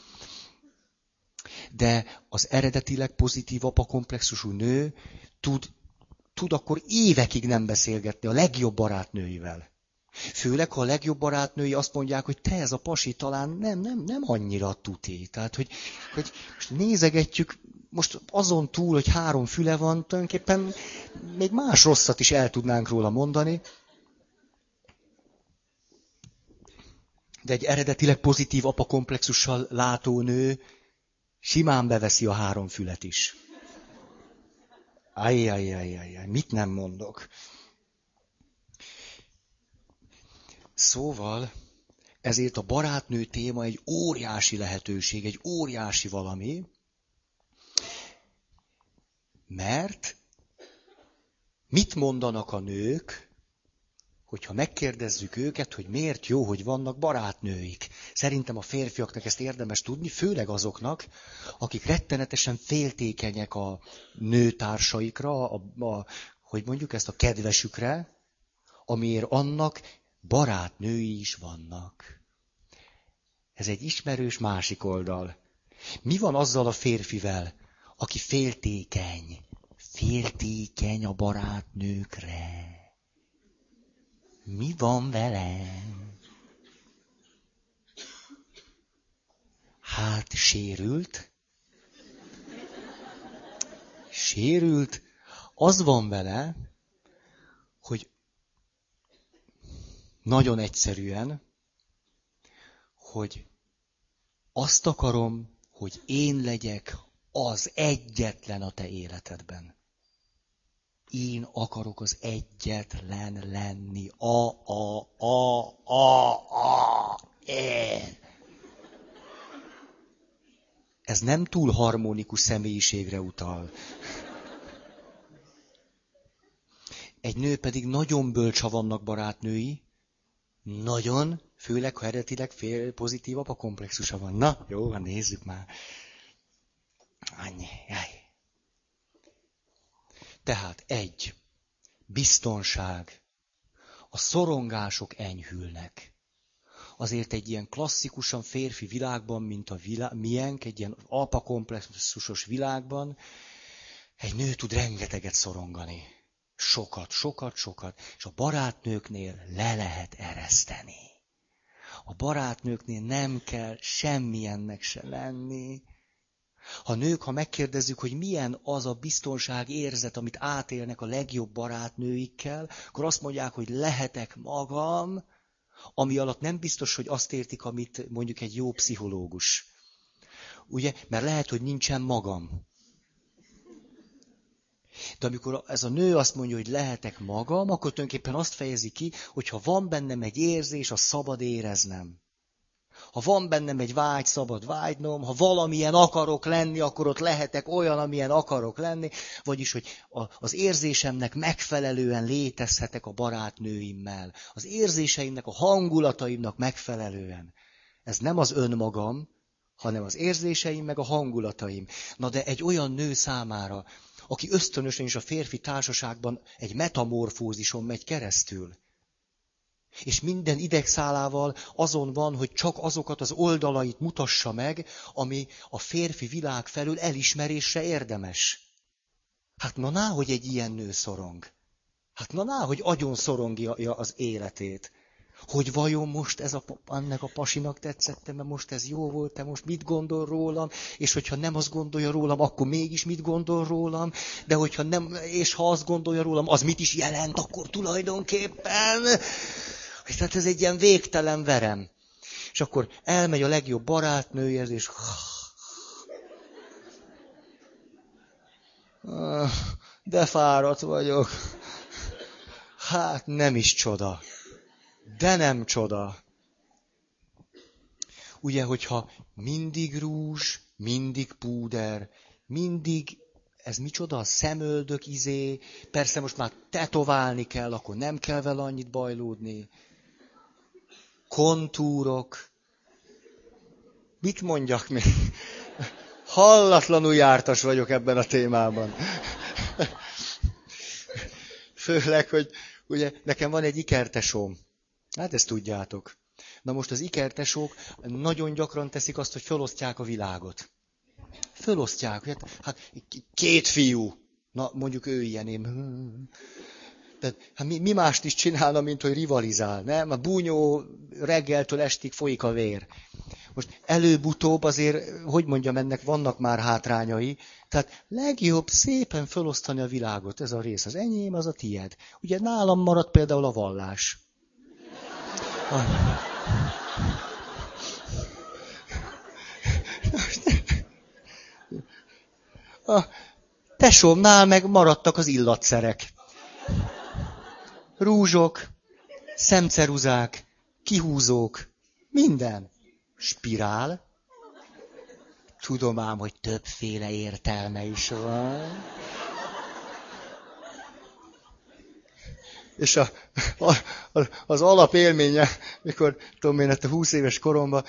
De az eredetileg pozitív apakomplexusú nő tud akkor évekig nem beszélgetni a legjobb barátnőivel. Főleg, ha a legjobb barátnői azt mondják, hogy te ez a pasi talán nem annyira tuti. Tehát, hogy most nézegetjük, most azon túl, hogy 3 füle van, tulajdonképpen még más rosszat is el tudnánk róla mondani. De egy eredetileg pozitív apakomplexussal látó nő simán beveszi a 3 fület is. Ajjajjajjajjaj, mit nem mondok? Szóval, ezért a barátnő téma egy óriási lehetőség, egy óriási valami, mert mit mondanak a nők, hogyha megkérdezzük őket, hogy miért jó, hogy vannak barátnőik. Szerintem a férfiaknak ezt érdemes tudni, főleg azoknak, akik rettenetesen féltékenyek a nőtársaikra, hogy mondjuk ezt a kedvesükre, amiért annak barátnői is vannak. Ez egy ismerős másik oldal. Mi van azzal a férfivel, aki féltékeny? Féltékeny a barátnőkre. Mi van vele? Hát sérült. Sérült. Az van vele, hogy nagyon egyszerűen, hogy azt akarom, hogy én legyek az egyetlen a te életedben. Én akarok az egyetlen lenni. Én. Ez nem túl harmonikus személyiségre utal. Egy nő pedig nagyon bölcs, ha vannak barátnői. Nagyon, főleg, ha eredetileg pozitív apakomplexusa van. Na, jó, nézzük már. Annyi, jaj. Tehát 1. Biztonság. A szorongások enyhülnek. Azért egy ilyen klasszikusan férfi világban, mint a miénk, egy ilyen apakomplexusos világban, egy nő tud rengeteget szorongani. Sokat. És a barátnőknél le lehet ereszteni. A barátnőknél nem kell semmilyennek se lenni. Ha megkérdezzük, hogy milyen az a biztonság érzet, amit átélnek a legjobb barátnőikkel, akkor azt mondják, hogy lehetek magam, ami alatt nem biztos, hogy azt értik, amit mondjuk egy jó pszichológus. Ugye? Mert lehet, hogy nincsen magam. De amikor ez a nő azt mondja, hogy lehetek magam, akkor tulajdonképpen azt fejezi ki, hogy ha van bennem egy érzés, azt szabad éreznem. Ha van bennem egy vágy, szabad vágynom, ha valamilyen akarok lenni, akkor ott lehetek olyan, amilyen akarok lenni, vagyis, hogy az érzésemnek megfelelően létezhetek a barátnőimmel. Az érzéseimnek, a hangulataimnak megfelelően. Ez nem az önmagam, hanem az érzéseim meg a hangulataim. Na de egy olyan nő számára, aki ösztönösen is a férfi társaságban egy metamorfózison megy keresztül, és minden idegszálával azon van, hogy csak azokat az oldalait mutassa meg, ami a férfi világ felől elismerésre érdemes. Hát na, hogy egy ilyen nő szorong. Hát na, hogy agyon szorongja az életét. Hogy vajon most ennek a pasinak tetszettem, mert most ez jó volt, te most mit gondol rólam, és hogyha nem azt gondolja rólam, akkor mégis mit gondol rólam, de hogyha nem, és ha azt gondolja rólam, az mit is jelent, akkor tulajdonképpen... Tehát ez egy ilyen végtelen verem. És akkor elmegy a legjobb barátnőjéhez, és... De fáradt vagyok. Hát nem is csoda. De nem csoda. Ugye, hogyha mindig rúzs, mindig púder, mindig... Ez micsoda? Szemöldök persze most már tetoválni kell, akkor nem kell vele annyit bajlódni. Kontúrok. Mit mondjak még? Hallatlanul jártas vagyok ebben a témában. Főleg, hogy ugye nekem van egy ikertesóm. Hát ezt tudjátok. Na most az ikertesók nagyon gyakran teszik azt, hogy felosztják a világot. Fölosztják. Hát 2 fiú. Na, mondjuk ő ilyen én. Tehát, hát mi mást is csinálna, mint hogy rivalizál, nem? A búnyó reggeltől estig folyik a vér. Most előbb-utóbb azért, hogy mondjam, ennek vannak már hátrányai. Tehát legjobb szépen felosztani a világot. Ez a rész az enyém, az a tied. Ugye nálam maradt például a vallás. A tesómnál meg maradtak az illatszerek. Rúzsok, szemceruzák, kihúzók, minden. Spirál. Tudom ám, hogy többféle értelme is van. És az alapélménye, mikor, tudom én, 20 éves koromban,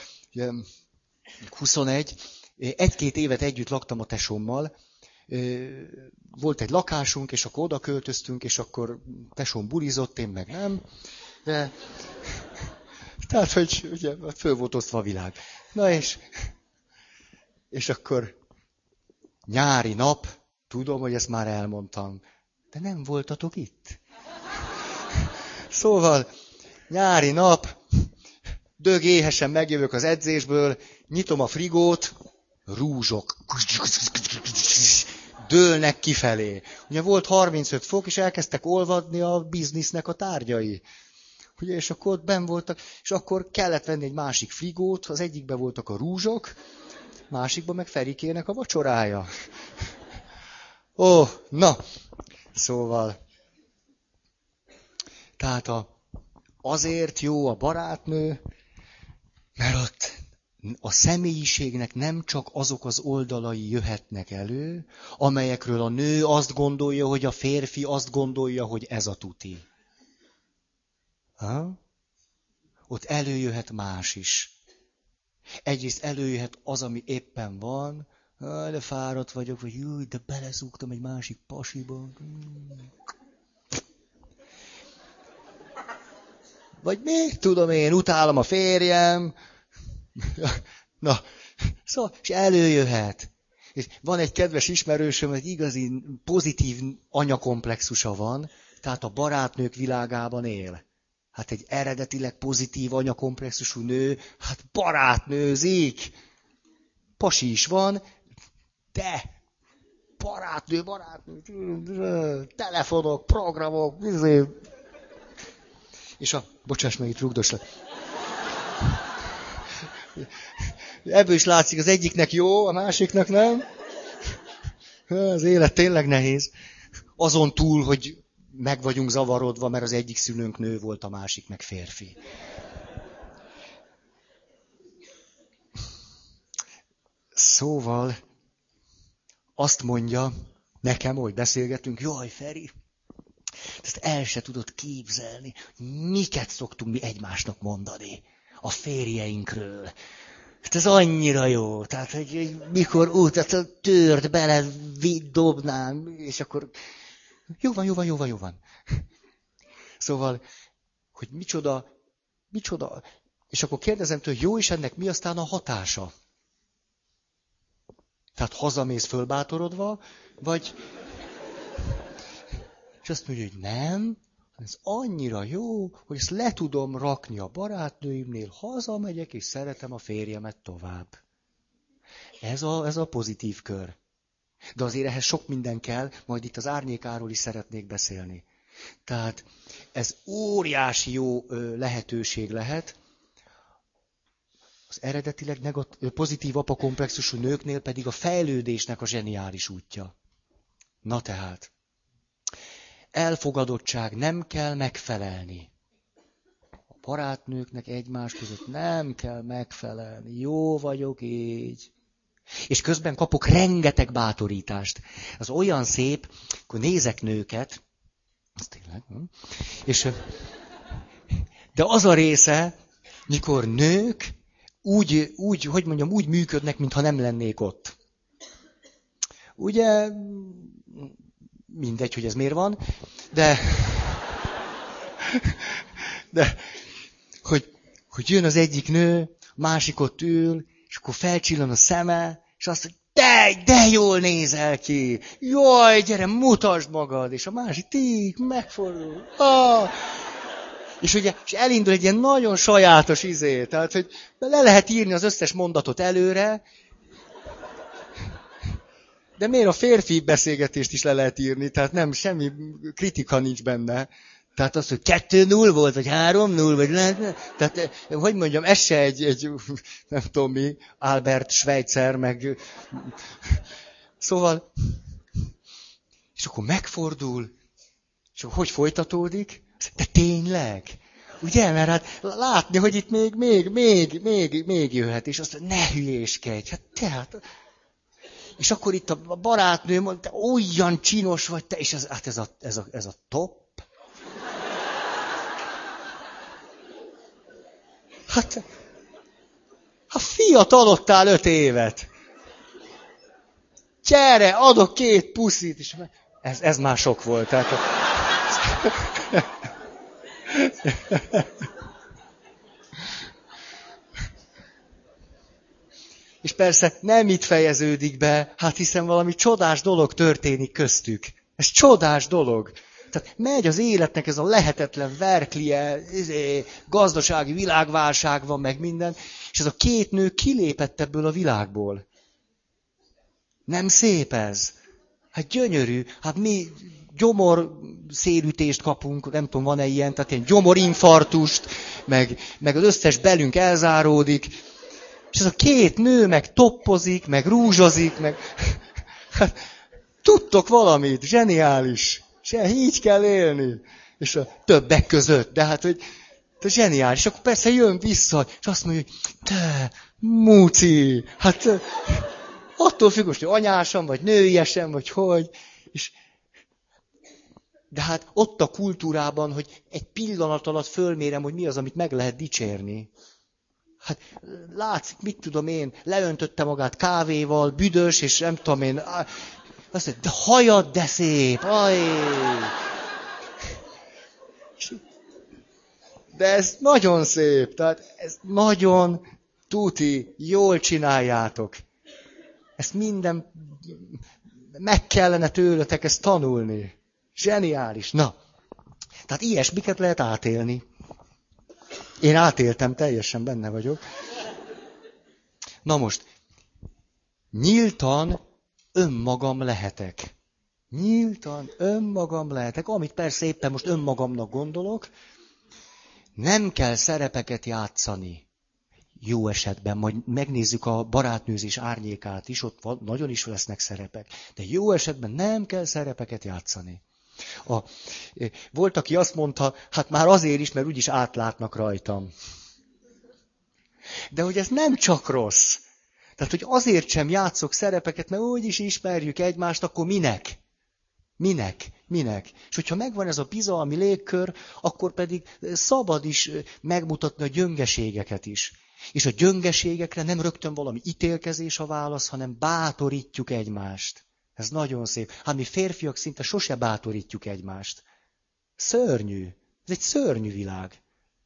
21, 1-2 évet együtt laktam a tesómmal, volt egy lakásunk, és akkor oda költöztünk, és akkor tesóm bulizott, én meg nem. De, tehát, hogy ugye, föl volt osztva a világ. Na és akkor nyári nap, tudom, hogy ezt már elmondtam, de nem voltatok itt. Szóval nyári nap, dög éhesen megjövök az edzésből, nyitom a frigót, rúzsok. Dőlnek kifelé. Ugye volt 35 fok, és elkezdtek olvadni a biznisznek a tárgyai. Ugye, és akkor ott benn voltak, és akkor kellett venni egy másik frigót, az egyikben voltak a rúzsok, másikban meg Ferikének a vacsorája. Ó, na, szóval. Tehát azért jó a barátnő, mert ott a személyiségnek nem csak azok az oldalai jöhetnek elő, amelyekről a nő azt gondolja, hogy a férfi azt gondolja, hogy ez a tuti. Ha? Ott előjöhet más is. Egyrészt előjöhet az, ami éppen van, de fáradt vagyok, vagy júj, de belezúgtam egy másik pasiba. Vagy még tudom én, utálom a férjem. Na, szóval, és előjöhet. És van egy kedves ismerősöm, egy igazi pozitív anyakomplexusa van, tehát a barátnők világában él. Hát egy eredetileg pozitív anyakomplexusú nő, hát barátnőzik. Pasi is van, de barátnő, telefonok, programok, és bocsáss meg, itt rugdoslak. Ebből is látszik, az egyiknek jó, a másiknak nem. Az élet tényleg nehéz. Azon túl, hogy meg vagyunk zavarodva, mert az egyik szülőnk nő volt, a másik meg férfi. Szóval azt mondja nekem, hogy beszélgetünk, jaj, Feri, ezt el se tudod képzelni, miket szoktunk mi egymásnak mondani a férjeinkről. Hát ez annyira jó, tehát hogy mikor tehát a tört bele dobnám, és akkor jó van. Szóval, hogy micsoda, és akkor kérdezem tőle, hogy jó, és ennek mi aztán a hatása? Tehát hazamész fölbátorodva, vagy... És azt mondja, hogy nem, ez annyira jó, hogy ezt le tudom rakni a barátnőimnél, hazamegyek, és szeretem a férjemet tovább. Ez a pozitív kör. De azért ehhez sok minden kell, majd itt az árnyékáról is szeretnék beszélni. Tehát ez óriási jó lehetőség lehet, az eredetileg pozitív apakomplexusú nőknél pedig a fejlődésnek a zseniális útja. Na tehát, elfogadottság, nem kell megfelelni. A barátnőknek egymás között nem kell megfelelni. Jó vagyok így. És közben kapok rengeteg bátorítást. Az olyan szép, akkor nézek nőket, az tényleg, de az a része, mikor nők hogy mondjam, úgy működnek, mintha nem lennék ott. Ugye, mindegy, hogy ez miért van, de hogy jön az egyik nő, másik ott ül, és akkor felcsillan a szeme, és azt mondja, de jól nézel ki! Jaj, gyere, mutasd magad! És a másik, megfordul. És ugye és elindul egy ilyen nagyon sajátos tehát, hogy le lehet írni az összes mondatot előre, de miért a férfi beszélgetést is le lehet írni, tehát nem, semmi kritika nincs benne. Tehát az, hogy 2-0 volt, vagy 3-0, vagy tehát, hogy mondjam, ez se egy nem tudom mi, Albert Schweitzer, meg... Szóval, és akkor megfordul, és akkor hogy folytatódik? De tényleg? Ugye, mert hát látni, hogy itt még jöhet, és azt mondja, ne hülyéskedj, hát tehát... És akkor itt a barátnőm mondta, olyan csinos vagy te, és ez a top. Hát fiatalodtál 5 évet. Gyere, adok 2 puszit. És ez már sok volt. Tehát... És persze nem itt fejeződik be, hát hiszen valami csodás dolog történik köztük. Ez csodás dolog. Tehát megy az életnek ez a lehetetlen verklie, gazdasági világválság van, meg minden, és ez a 2 nő kilépett ebből a világból. Nem szép ez? Hát gyönyörű. Hát mi gyomorszélütést kapunk, nem tudom, van-e ilyen, tehát ilyen gyomorinfarktust, meg az összes belünk elzáródik. És ez a 2 nő meg toppozik, meg rúzsozik, meg... Hát, tudtok valamit, zseniális. Így kell élni. És a többek között, de hát, hogy zseniális. És akkor persze jön vissza, és azt mondja, hogy te, Muci, hát attól függ most, hogy anyásam, vagy nőiesem, vagy hogy. De hát ott a kultúrában, hogy egy pillanat alatt fölmérem, hogy mi az, amit meg lehet dicsérni. Hát látszik, mit tudom én, leöntötte magát kávéval, büdös, és nem tudom én, azt mondja, de hajad, de szép, aj! De ez nagyon szép, tehát ez nagyon tuti, jól csináljátok. Ezt minden, meg kellene tőletek ezt tanulni. Zseniális. Na, tehát ilyesmiket lehet átélni. Én átéltem, teljesen benne vagyok. Na most, nyíltan önmagam lehetek. Nyíltan önmagam lehetek, amit persze éppen most önmagamnak gondolok. Nem kell szerepeket játszani. Jó esetben, majd megnézzük a barátnőzés árnyékát is, ott nagyon is lesznek szerepek. De jó esetben nem kell szerepeket játszani. Volt, aki azt mondta, hát már azért is, mert úgyis átlátnak rajtam. De hogy ez nem csak rossz. Tehát, hogy azért sem játszok szerepeket, mert úgyis ismerjük egymást, akkor minek? Minek? És hogyha megvan ez a bizalmi légkör, akkor pedig szabad is megmutatni a gyöngeségeket is. És a gyöngeségekre nem rögtön valami ítélkezés a válasz, hanem bátorítjuk egymást. Ez nagyon szép. Hát mi férfiak szinte sose bátorítjuk egymást. Szörnyű. Ez egy szörnyű világ.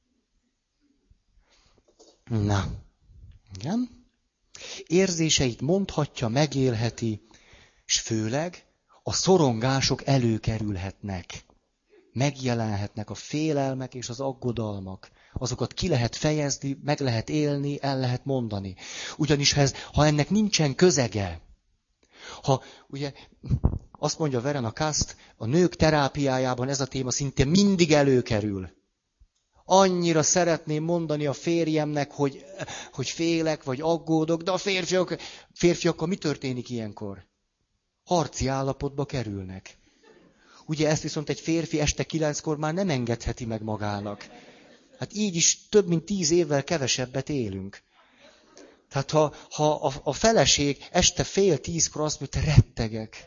Na. Igen. Érzéseit mondhatja, megélheti, és főleg a szorongások előkerülhetnek. Megjelenhetnek a félelmek és az aggodalmak. Azokat ki lehet fejezni, meg lehet élni, el lehet mondani. Ugyanis ha ennek nincsen közege, ha ugye azt mondja Verena Kast, a nők terápiájában ez a téma szinte mindig előkerül. Annyira szeretném mondani a férjemnek, hogy félek, vagy aggódok, de a férfiakkal mi történik ilyenkor? Harci állapotba kerülnek. Ugye ezt viszont egy férfi este 9-kor már nem engedheti meg magának. Hát így is több mint 10 évvel kevesebbet élünk. Tehát ha a feleség este 9:30 azt mondja, te rettegek.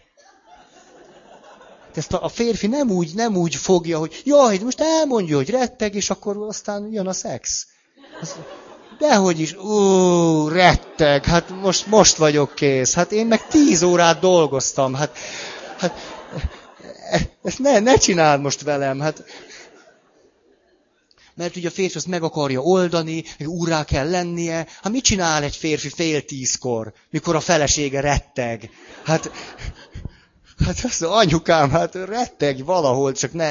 Ezt a férfi nem úgy fogja, hogy jaj, most elmondja, hogy retteg, és akkor aztán jön a szex. Dehogy is, retteg, hát most vagyok kész. Hát én meg 10 órát dolgoztam. Hát ezt ne csináld most velem. Hát, mert ugye a férfi azt meg akarja oldani, úrrá kell lennie. Hát mit csinál egy férfi 9:30, mikor a felesége retteg? Hát azt mondja, anyukám, hát retteg valahol, csak ne...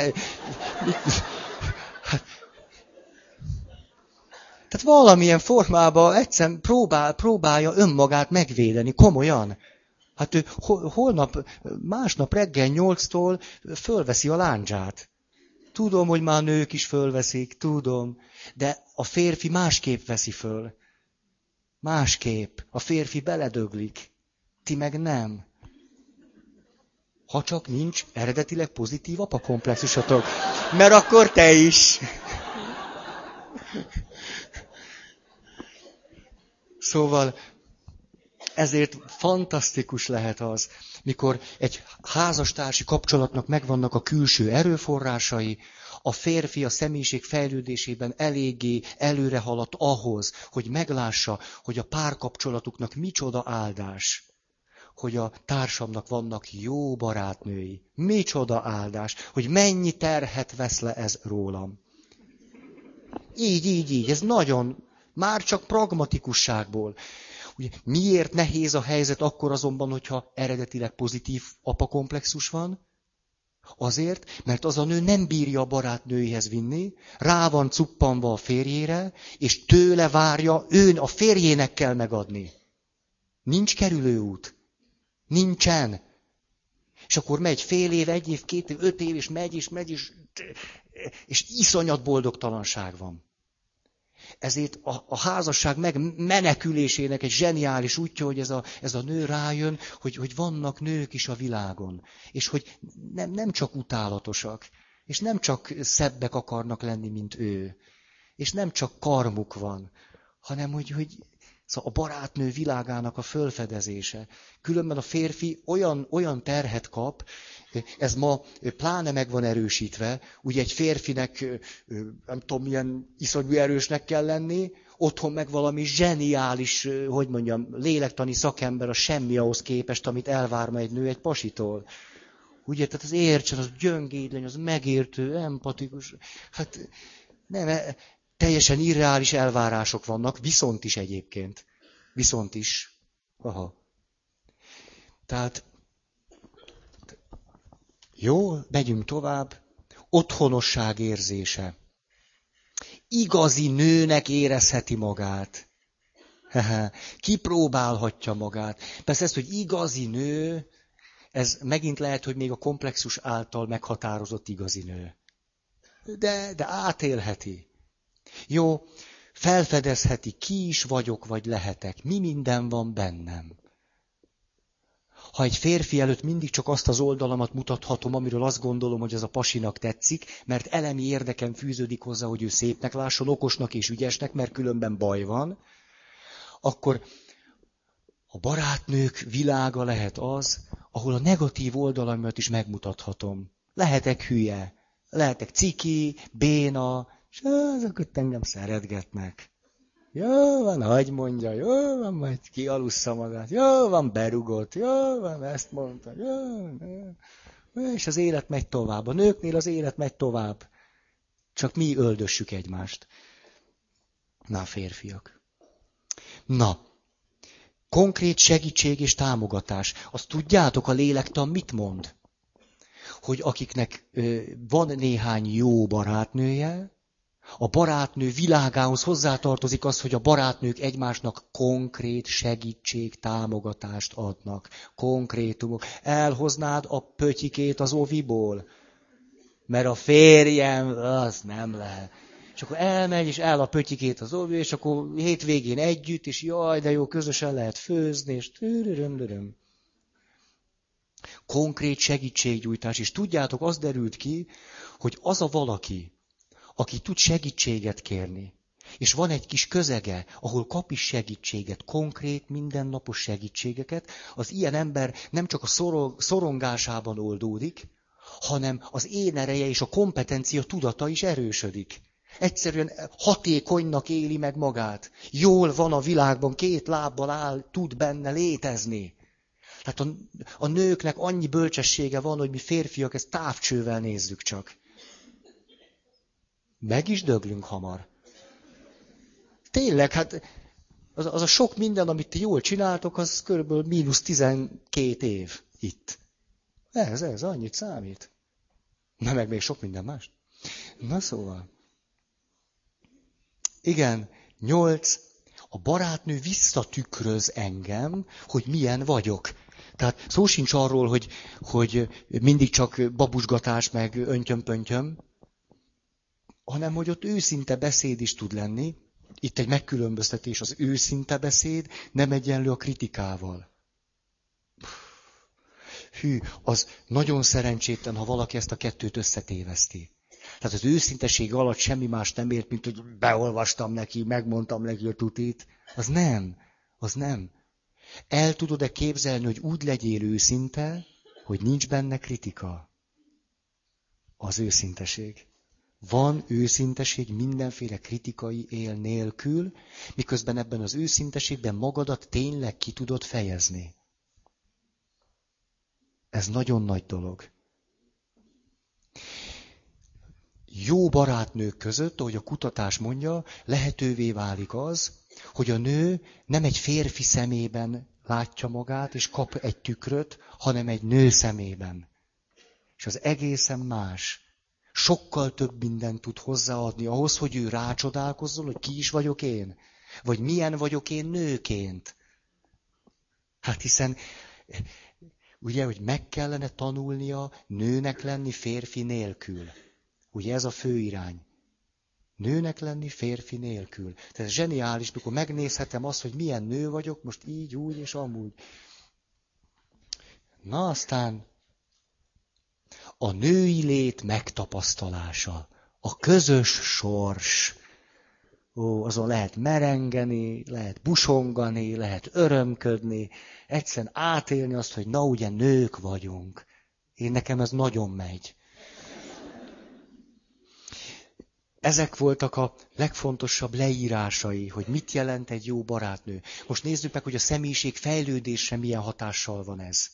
Tehát valamilyen formában egyszerűen próbálja önmagát megvédeni, komolyan. Hát ő másnap reggel 8-tól fölveszi a lándzsát. Tudom, hogy már nők is fölveszik, tudom. De a férfi másképp veszi föl. Másképp. A férfi beledöglik. Ti meg nem. Ha csak nincs eredetileg pozitív apakomplexusotok. Mert akkor te is. Szóval ezért fantasztikus lehet az, mikor egy házastársi kapcsolatnak megvannak a külső erőforrásai, a férfi a személyiség fejlődésében eléggé előre haladt ahhoz, hogy meglássa, hogy a párkapcsolatuknak micsoda áldás, hogy a társamnak vannak jó barátnői. Micsoda áldás, hogy mennyi terhet vesz le ez rólam. Így, ez nagyon, már csak pragmatikusságból. Ugye, miért nehéz a helyzet akkor azonban, hogyha eredetileg pozitív apakomplexus van? Azért, mert az a nő nem bírja a barátnőihez vinni, rá van cuppanva a férjére, és tőle várja, a férjének kell megadni. Nincs kerülőút. Nincsen. És akkor megy fél év, 1 év, 2 év, 5 év, és megy, és iszonyat boldogtalanság van. Ezért a házasság megmenekülésének egy zseniális útja, hogy ez a nő rájön, hogy vannak nők is a világon. És hogy nem csak utálatosak, és nem csak szebbek akarnak lenni, mint ő. És nem csak karmuk van, hanem hogy szóval a barátnő világának a fölfedezése. Különben a férfi olyan terhet kap, ez ma pláne meg van erősítve, ugye egy férfinek, nem tudom milyen iszonyú erősnek kell lenni, otthon meg valami zseniális, lélektani szakember a semmi ahhoz képest, amit elvár ma egy nő egy pasitól. Ugye, tehát az értsen, az gyöngédlény, az megértő, empatikus. Hát nem, teljesen irreális elvárások vannak, viszont is egyébként. Viszont is. Aha. Tehát, jó, megyünk tovább. Otthonosság érzése. Igazi nőnek érezheti magát. Kipróbálhatja magát. Persze ezt, hogy igazi nő, ez megint lehet, hogy még a komplexus által meghatározott igazi nő. De átélheti. Jó, felfedezheti, ki is vagyok, vagy lehetek, mi minden van bennem. Ha egy férfi előtt mindig csak azt az oldalamat mutathatom, amiről azt gondolom, hogy ez a pasinak tetszik, mert elemi érdekem fűződik hozzá, hogy ő szépnek lásson, okosnak és ügyesnek, mert különben baj van, akkor a barátnők világa lehet az, ahol a negatív oldalaimat is megmutathatom. Lehetek hülye, lehetek ciki, béna, és azok ott engem szeretgetnek. Jó van, hagy mondja, jó van, majd kialussza magát, jó van, berugott, jó van, ezt mondta, jó. És az élet megy tovább. A nőknél az élet megy tovább. Csak mi öldössük egymást. Na, férfiak. Na, konkrét segítség és támogatás. Azt tudjátok, a lélektan mit mond? Hogy akiknek van néhány jó barátnője, a barátnő világához hozzátartozik az, hogy a barátnők egymásnak konkrét segítség, támogatást adnak. Konkrétumok. Elhoznád a pötyikét az oviból? Mert a férjem, az nem lehet. És akkor elmegy, és el a pötyikét az oviból, és akkor hétvégén együtt, és jaj, de jó, közösen lehet főzni, és tűröröm. Konkrét segítségnyújtás. És tudjátok, az derült ki, hogy az a valaki, aki tud segítséget kérni, és van egy kis közege, ahol kap is segítséget, konkrét, mindennapos segítségeket, az ilyen ember nem csak a szorongásában oldódik, hanem az én ereje és a kompetencia tudata is erősödik. Egyszerűen hatékonynak éli meg magát. Jól van a világban, 2 lábbal áll, tud benne létezni. Tehát a nőknek annyi bölcsessége van, hogy mi férfiak ezt távcsővel nézzük csak. Meg is döglünk hamar. Tényleg, hát az a sok minden, amit ti jól csináltok, az körülbelül -12 év itt. Ez annyit számít. Na meg még sok minden más. Na szóval. Igen, 8. A barátnő visszatükröz engem, hogy milyen vagyok. Tehát szó sincs arról, hogy mindig csak babusgatás, meg öntyöm-pöntyöm, hanem hogy ott őszinte beszéd is tud lenni. Itt egy megkülönböztetés, az őszinte beszéd nem egyenlő a kritikával. Hű, az nagyon szerencsétlen, ha valaki ezt a kettőt összetéveszti. Tehát az őszinteség alatt semmi más nem ért, mint hogy beolvastam neki, megmondtam neki a tutit. Az nem. El tudod-e képzelni, hogy úgy legyél őszinte, hogy nincs benne kritika? Az őszinteség. Van őszinteség mindenféle kritikai él nélkül, miközben ebben az őszinteségben magadat tényleg ki tudod fejezni. Ez nagyon nagy dolog. Jó barátnők között, ahogy a kutatás mondja, lehetővé válik az, hogy a nő nem egy férfi szemében látja magát, és kap egy tükröt, hanem egy nő szemében. És az egészen más. Sokkal több mindent tud hozzáadni ahhoz, hogy ő rácsodálkozzon, hogy ki is vagyok én. Vagy milyen vagyok én nőként. Hát hiszen, ugye, hogy meg kellene tanulnia nőnek lenni férfi nélkül. Ugye ez a fő irány. Nőnek lenni férfi nélkül. Tehát ez zseniális, mikor megnézhetem azt, hogy milyen nő vagyok, most így, úgy és amúgy. Na aztán a női lét megtapasztalása. A közös sors. Azon lehet merengeni, lehet busongani, lehet örömködni. Egyszerűen átélni azt, hogy na ugye nők vagyunk. Nekem ez nagyon megy. Ezek voltak a legfontosabb leírásai, hogy mit jelent egy jó barátnő. Most nézzük meg, hogy a személyiség fejlődésre milyen hatással van ez.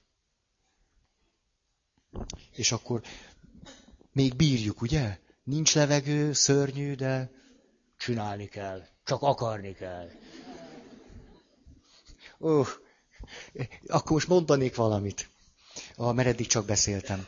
És akkor még bírjuk, ugye? Nincs levegő, szörnyű, de csinálni kell. Csak akarni kell. Akkor most mondanék valamit. Mert eddig csak beszéltem.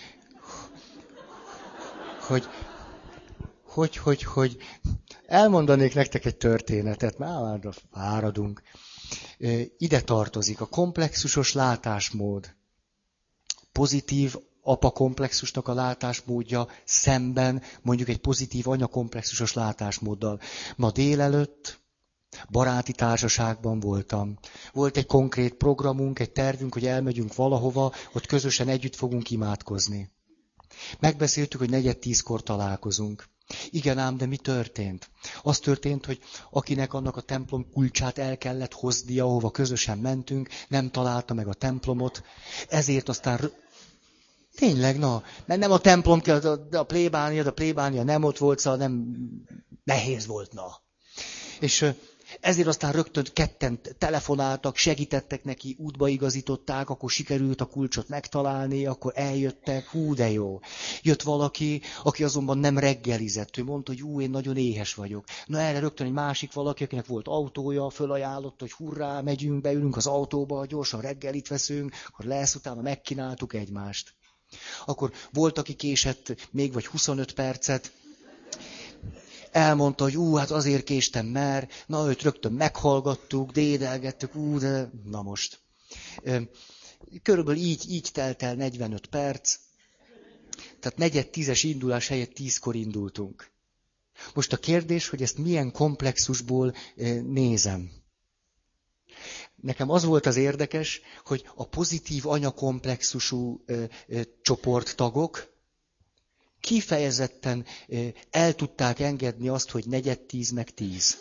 Hogy elmondanék nektek egy történetet, már fáradunk. Ide tartozik a komplexusos látásmód. Pozitív apakomplexusnak a látásmódja szemben mondjuk egy pozitív anyakomplexusos látásmóddal. Ma délelőtt baráti társaságban voltam. Volt egy konkrét programunk, egy tervünk, hogy elmegyünk valahova, ott közösen együtt fogunk imádkozni. Megbeszéltük, hogy 9:45-kor találkozunk. Igen ám, de mi történt? Az történt, hogy akinek annak a templom kulcsát el kellett hoznia, ahova közösen mentünk, nem találta meg a templomot, ezért aztán... Tényleg, mert nem a templom kell, de a plébánia nem ott volt, szóval nem nehéz volt, És ezért aztán rögtön ketten telefonáltak, segítettek neki, útba igazították, akkor sikerült a kulcsot megtalálni, akkor eljöttek, hú de jó. Jött valaki, aki azonban nem reggelizett, ő mondta, hogy én nagyon éhes vagyok. Na erre rögtön egy másik valaki, akinek volt autója, fölajánlott, hogy hurrá, megyünk, beülünk az autóba, gyorsan reggelit veszünk, akkor lesz, utána megkínáltuk egymást. Akkor volt, aki késett még vagy 25 percet, elmondta, hogy hát azért késtem, mert, őt rögtön meghallgattuk, dédelgettük, de na most. Körülbelül így telt el 45 perc, tehát 9:45 indulás helyett 10-kor indultunk. Most a kérdés, hogy ezt milyen komplexusból nézem. Nekem az volt az érdekes, hogy a pozitív anyakomplexusú csoporttagok kifejezetten el tudták engedni azt, hogy 9:45 meg 10.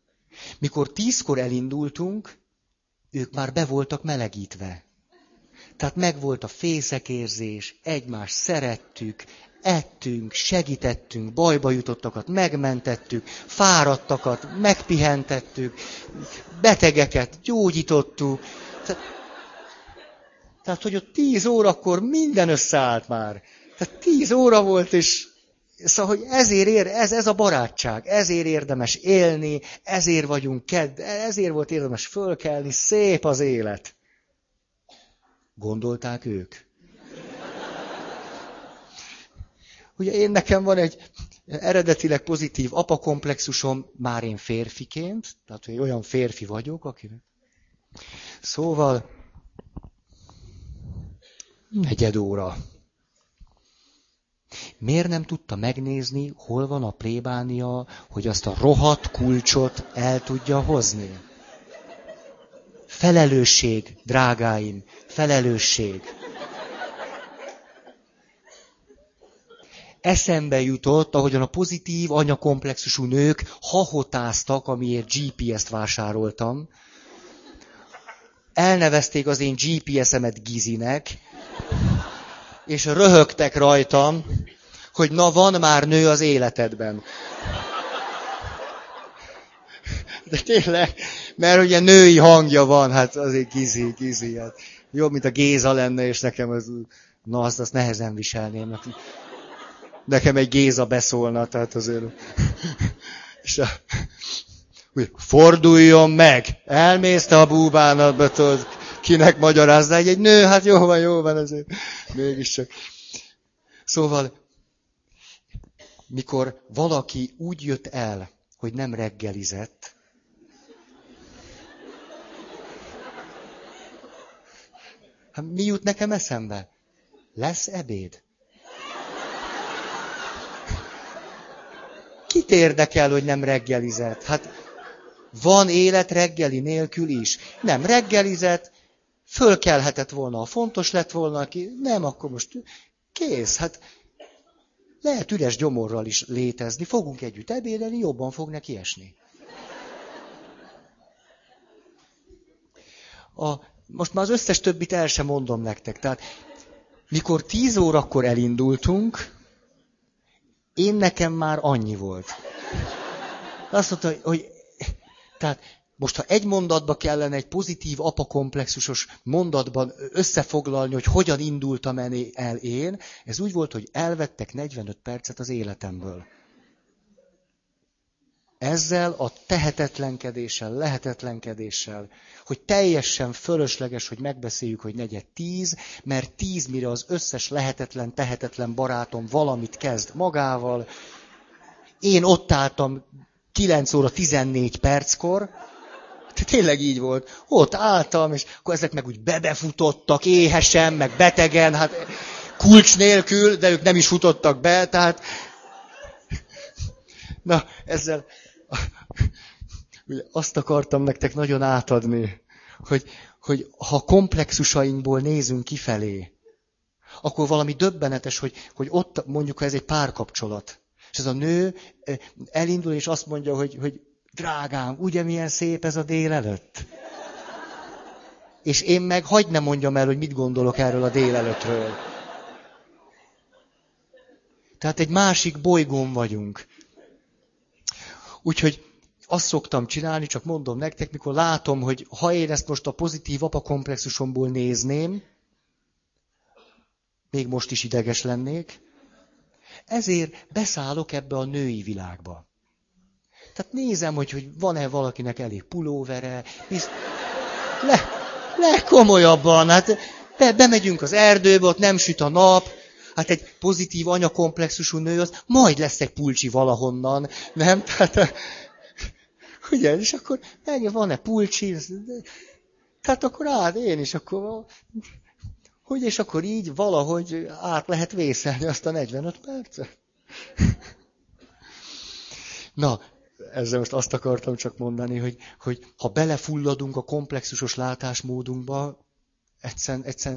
Mikor 10-kor elindultunk, ők már be voltak melegítve. Tehát megvolt a fészekérzés, egymást szerettük, ettünk, segítettünk, bajba jutottakat megmentettük, fáradtakat megpihentettük, betegeket gyógyítottuk. Tehát, hogy ott 10 órakor minden összeállt már. Tehát 10 óra volt, és szóval, hogy ez a barátság, ezért érdemes élni, ezért vagyunk ezért volt érdemes fölkelni, szép az élet. Gondolták ők? Ugye nekem van egy eredetileg pozitív apakomplexusom, már én férfiként, tehát hogy olyan férfi vagyok, akinek. Szóval 4 óra. Miért nem tudta megnézni, hol van a plébánia, hogy azt a rohadt kulcsot el tudja hozni? Felelősség, drágáim, felelősség. Eszembe jutott, ahogyan a pozitív anyakomplexusú nők hahotáztak, amiért GPS-t vásároltam. Elnevezték az én GPS-emet Gizinek, és röhögtek rajtam, hogy na van már nő az életedben. De tényleg, mert ugye női hangja van, hát azért Gizi. Hát jobb, mint a Géza lenne, és nekem azt nehezen viselném. Nekem egy Géza beszólna, tehát azért. És forduljon meg! Elmész te a búbánatba, tudod, kinek magyarázd, egy nő, hát jó van, azért mégiscsak. Szóval, mikor valaki úgy jött el, hogy nem reggelizett, hát mi jut nekem eszembe? Lesz ebéd? Kit érdekel, hogy nem reggelizett? Hát van élet reggeli nélkül is. Nem reggelizett, fölkelhetett volna, ha fontos lett volna, aki nem, akkor most kész. Hát lehet üres gyomorral is létezni, fogunk együtt ebédelni, jobban fog neki esni. Most már az összes többit el sem mondom nektek. Tehát mikor 10 órakor elindultunk, én nekem már annyi volt. Azt mondta, hogy tehát most ha egy mondatba kellene, egy pozitív apakomplexusos mondatban összefoglalni, hogy hogyan indultam el én, ez úgy volt, hogy elvettek 45 percet az életemből. Ezzel a tehetetlenkedéssel, lehetetlenkedéssel, hogy teljesen fölösleges, hogy megbeszéljük, hogy 9:45, mert 10 mire az összes lehetetlen, tehetetlen barátom valamit kezd magával. Én ott álltam 9 óra 14 perckor, tényleg így volt. Ott álltam, és akkor ezek meg úgy bebefutottak, éhesen, meg betegen, hát kulcs nélkül, de ők nem is futottak be, tehát... Na, ezzel... Ugye azt akartam nektek nagyon átadni, hogy ha komplexusainkból nézünk kifelé, akkor valami döbbenetes, hogy ott mondjuk, ha ez egy párkapcsolat, és ez a nő elindul, és azt mondja, hogy drágám, ugye milyen szép ez a délelőtt? És én meg hagyd ne mondjam el, hogy mit gondolok erről a délelőttről. Tehát egy másik bolygón vagyunk. Úgyhogy azt szoktam csinálni, csak mondom nektek, mikor látom, hogy ha én ezt most a pozitív apakomplexusomból nézném, még most is ideges lennék, ezért beszállok ebbe a női világba. Tehát nézem, hogy van-e valakinek elég pulóvere, komolyabban, hát bemegyünk az erdőbe, ott nem süt a nap, hát egy pozitív anyakomplexusú nő az majd lesz egy pulcsi valahonnan, nem? Tehát, ugye, és akkor van-e pulcsi, tehát akkor én is akkor, hogy és akkor így valahogy át lehet vészelni azt a 45 percet. Na, ezzel most azt akartam csak mondani, hogy ha belefulladunk a komplexusos látásmódunkba, egyszerűen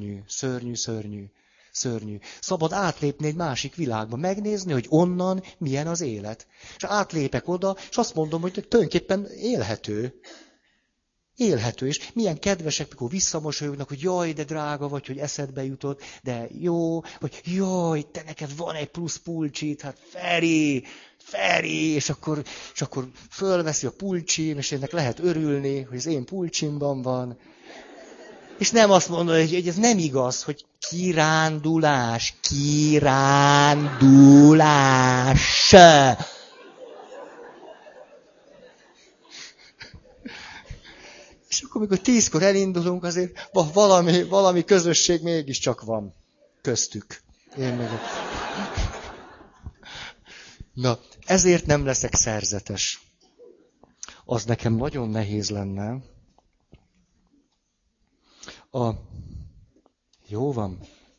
szörnyű. Szabad átlépni egy másik világba, megnézni, hogy onnan milyen az élet. És átlépek oda, és azt mondom, hogy tulajdonképpen élhető. Élhető, és milyen kedvesek, mikor visszamosolyognak, hogy jaj, de drága vagy, hogy eszedbe jutott, de jó, vagy jaj, te neked van egy plusz pulcsit, hát Feri, és akkor fölveszi a pulcsim, és ennek lehet örülni, hogy az én pulcsimban van. És nem azt mondod, hogy ez nem igaz, hogy kirándulás. És akkor, amikor 10-kor elindulunk, azért valami közösség mégiscsak van köztük. Én meg... Na, ezért nem leszek szerzetes. Az nekem nagyon nehéz lenne. Jó van.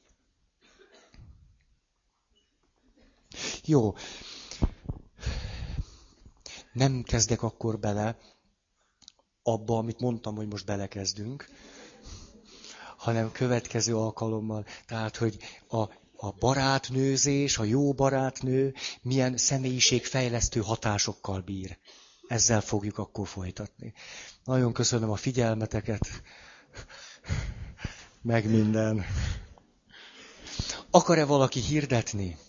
Jó. Nem kezdek akkor bele abba, amit mondtam, hogy most belekezdünk, hanem következő alkalommal. Tehát, hogy a barátnőzés, a jó barátnő milyen személyiségfejlesztő hatásokkal bír. Ezzel fogjuk akkor folytatni. Nagyon köszönöm a figyelmeteket, meg minden. Akar-e valaki hirdetni?